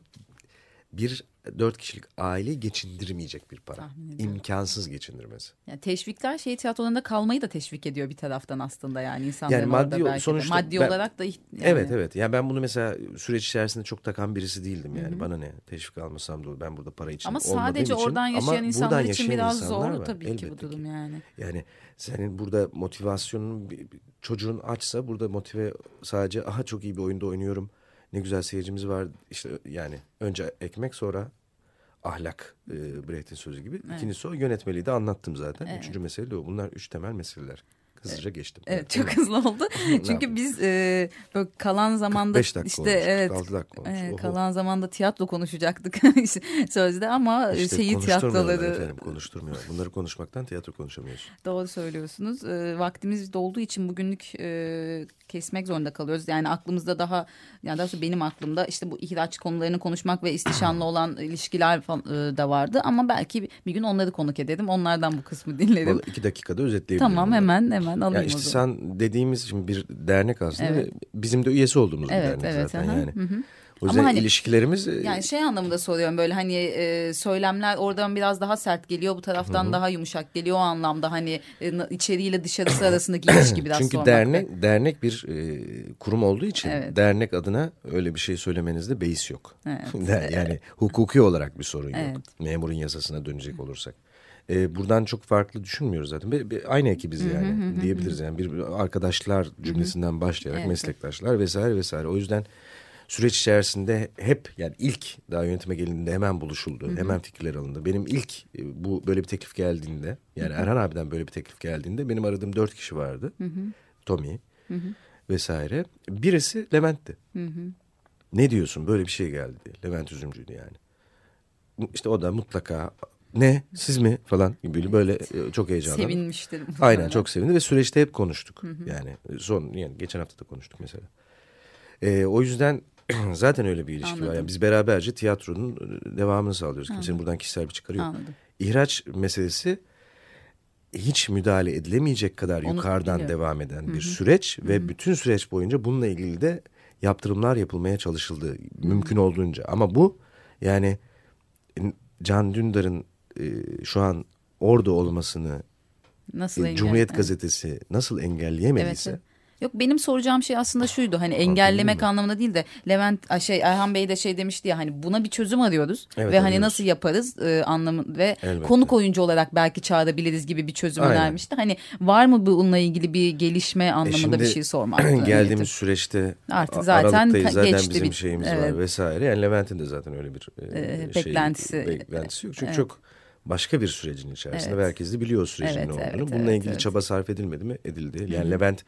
bir dört kişilik aileyi geçindirmeyecek bir para. İmkansız geçindirmesi. Yani teşvikler şehir tiyatrolarında kalmayı da teşvik ediyor bir taraftan aslında yani insanların yani maddi, orada belki sonuçta maddi ben, olarak da. Yani. Evet evet. Yani ben bunu mesela süreç içerisinde çok takan birisi değildim yani. Hı-hı. Bana ne teşvik almasam da olur. Ben burada para için ama olmadığım için. Ama sadece oradan yaşayan insanlar için biraz zor var. tabii Elbette ki bu durum ki. yani. Yani senin burada motivasyonun, çocuğun açsa burada motive sadece aha çok iyi bir oyunda oynuyorum. Ne güzel seyircimiz var. İşte yani önce ekmek sonra ahlak, e, Brecht'in sözü gibi. Evet. İkincisi o, yönetmeliği de anlattım zaten. Evet. Üçüncü mesele de o. Bunlar üç temel meseleler. Hızlıca evet. geçtim. Evet, çok evet. hızlı oldu. Çünkü biz e, böyle kalan zamanda işte olmuş, evet e, kalan zamanda tiyatro konuşacaktık sözde ama işte şehir tiyatroları efendim, konuşturmuyor. Bunları konuşmaktan tiyatro konuşamıyorsun. Doğru söylüyorsunuz. E, vaktimiz dolduğu için bugünlük e, kesmek zorunda kalıyoruz. Yani aklımızda daha yani daha sonra benim aklımda işte bu ihraç konularını konuşmak ve istişanlı olan ilişkiler falan, e, da vardı ama belki bir gün onları konuk ederim. Onlardan bu kısmı dinlerim. Vallahi iki dakikada özetleyebilirim. Tamam bunları. hemen hemen alayım yani işte o zaman. Sen dediğimiz şimdi bir dernek aslında evet. bizim de üyesi olduğumuz evet, bir dernek evet, zaten aha. yani. Hı hı. O yüzden hani, ilişkilerimiz... Yani şey anlamında soruyorum böyle hani e, söylemler oradan biraz daha sert geliyor. Bu taraftan Hı-hı. daha yumuşak geliyor o anlamda hani e, içeriğiyle dışarısı arasındaki ilişki biraz Çünkü sormakta. dernek, dernek bir e, kurum olduğu için evet. dernek adına öyle bir şey söylemenizde beis yok. Evet. Yani hukuki olarak bir sorun evet. yok. Memurun yasasına dönecek olursak. E, buradan çok farklı düşünmüyoruz zaten. Bir, bir, aynı ekibiz yani hı hı, diyebiliriz. Yani bir, bir arkadaşlar cümlesinden hı. başlayarak evet. meslektaşlar vesaire vesaire. O yüzden... Süreç içerisinde hep yani ilk daha yönetime gelindiğinde hemen buluşuldu. Hı hı. Hemen fikirler alındı. Benim ilk bu böyle bir teklif geldiğinde yani hı hı. Erhan abiden böyle bir teklif geldiğinde benim aradığım dört kişi vardı. Hı hı. Tommy hı hı. vesaire. Birisi Levent'ti. Hı hı. Ne diyorsun böyle bir şey geldi diye. Levent Üzümcü'ydü yani. İşte o da mutlaka ne siz mi falan gibi böyle evet. çok heyecanlı. Sevinmiştir. Aynen çok sevindi ve süreçte hep konuştuk. Hı hı. Yani son yani geçen hafta da konuştuk mesela. Ee, o yüzden zaten öyle bir ilişki Anladım. var. Yani biz beraberce tiyatronun devamını sağlıyoruz. Kimsenin Anladım. buradan kişisel bir çıkarı yok. Anladım. İhraç meselesi hiç müdahale edilemeyecek kadar Onu yukarıdan biliyorum. devam eden Hı-hı. bir süreç Hı-hı. ve bütün süreç boyunca bununla ilgili de yaptırımlar yapılmaya çalışıldı. Hı-hı. Mümkün olduğunca. Ama bu yani Can Dündar'ın e, şu an orada olmasını nasıl e, Cumhuriyet Gazetesi evet. nasıl engelleyemediyse evet, evet. Yok benim soracağım şey aslında şuydu hani engellemek anlamında değil de Levent şey Erhan Bey de şey demişti ya hani buna bir çözüm arıyoruz evet, ve arıyoruz. Hani nasıl yaparız e, anlamı ve Elbette. konuk oyuncu olarak belki çağırabiliriz gibi bir çözüm önermişti. Hani var mı bununla ilgili bir gelişme anlamında e bir şey sormak? Geldiğimiz niyetim. süreçte artık zaten Aralık'tayız zaten bizim bir, şeyimiz evet. var vesaire. Yani Levent'in de zaten öyle bir e, şey, beklentisi beklentisi yok. Çünkü evet. çok başka bir sürecin içerisinde evet. herkes de biliyor sürecin evet, ne olduğunu. Evet, Bununla evet, ilgili evet. çaba sarf edilmedi mi? Edildi. Yani Hı-hı. Levent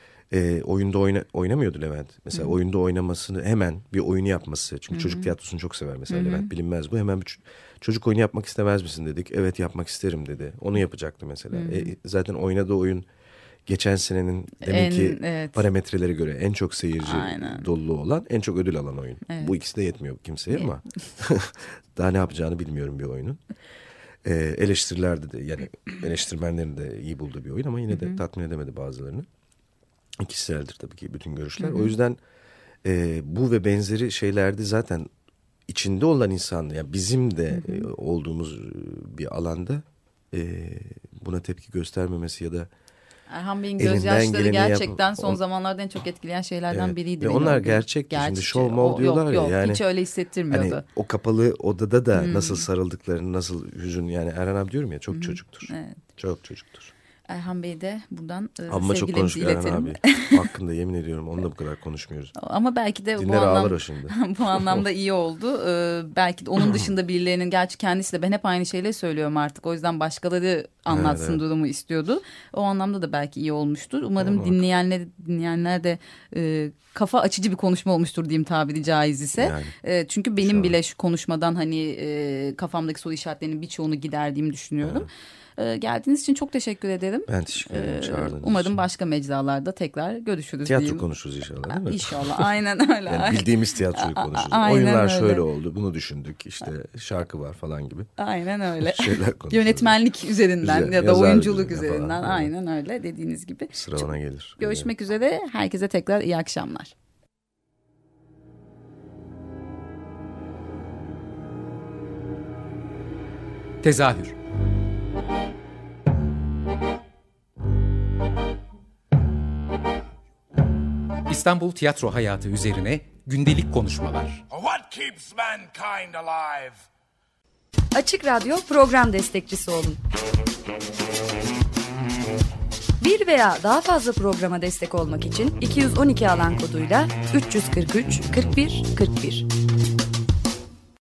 E, oyunda oyna, oynamıyordu Levent. Mesela Hı-hı. oyunda oynamasını hemen bir oyunu yapması. Çünkü Hı-hı. çocuk tiyatrosunu çok sever mesela Hı-hı. Levent bilinmez bu. Hemen bir çocuk oyunu yapmak istemez misin dedik. Evet yapmak isterim dedi. Onu yapacaktı mesela. E, zaten oynadığı oyun geçen senenin demek ki evet. parametrelere göre en çok seyirci Aynen. doluluğu olan en çok ödül alan oyun. Evet. Bu ikisi de yetmiyor kimseye ama daha ne yapacağını bilmiyorum bir oyunun. E, eleştirilerde de yani eleştirmenlerin de iyi bulduğu bir oyun ama yine de Hı-hı. tatmin edemedi bazılarını. Kişiseldir tabii ki bütün görüşler. Hı hı. O yüzden e, bu ve benzeri şeylerde zaten içinde olan insan, yani bizim de hı hı. E, olduğumuz bir alanda e, buna tepki göstermemesi ya da Erhan Bey'in gözyaşları gerçekten yap- son zamanlarda en çok etkileyen şeylerden evet. biriydi. Ve onlar gerçekti. Gerçek. Şimdi show mol diyorlar yok, ya. Yok, yani, hiç öyle hissettirmiyordu. Hani o kapalı odada da hmm. nasıl sarıldıklarını, nasıl hüzün, yani Erhan abi diyorum ya çok hmm. çocuktur. Evet. Çok çocuktur. Erhan Bey de buradan e, Amma çok konuştuk Erhan abi. Hakkında yemin ediyorum onunla bu kadar konuşmuyoruz. Ama belki de Dinler bu, anlam, o şimdi. bu anlamda iyi oldu. Ee, belki de onun dışında birilerinin, gerçi kendisi de ben hep aynı şeyleri söylüyorum artık. O yüzden başkaları anlatsın evet, evet. durumu istiyordu. O anlamda da belki iyi olmuştur. Umarım Olmak. dinleyenler, dinleyenler de e, kafa açıcı bir konuşma olmuştur diyeyim tabiri caiz ise. Yani, e, çünkü benim bile şu konuşmadan hani e, kafamdaki soru işaretlerinin birçoğunu giderdiğimi düşünüyorum. Evet. Ee, geldiğiniz için çok teşekkür ederim. Ben teşekkür ederim çağırdığınız Umarım için. başka mecralarda tekrar görüşürüz Tiyatro diyeyim. konuşuruz inşallah değil mi? İnşallah aynen öyle. Yani bildiğimiz tiyatroyu konuşuruz. Aynen Oyunlar öyle. şöyle oldu, bunu düşündük, işte şarkı var falan gibi. Aynen öyle. Şeyler konuşuruz. Yönetmenlik üzerinden Güzel, ya da yazarlık oyunculuk üzerinden üzerinden falan. aynen öyle dediğiniz gibi. Sıra ona gelir. Görüşmek üzere. Herkese tekrar iyi akşamlar. Tezahür. İstanbul tiyatro hayatı üzerine gündelik konuşmalar. What keeps mankind alive? Açık Radyo program destekçisi olun. Bir veya daha fazla programa destek olmak için iki yüz on iki alan koduyla üç yüz kırk üç kırk bir kırk bir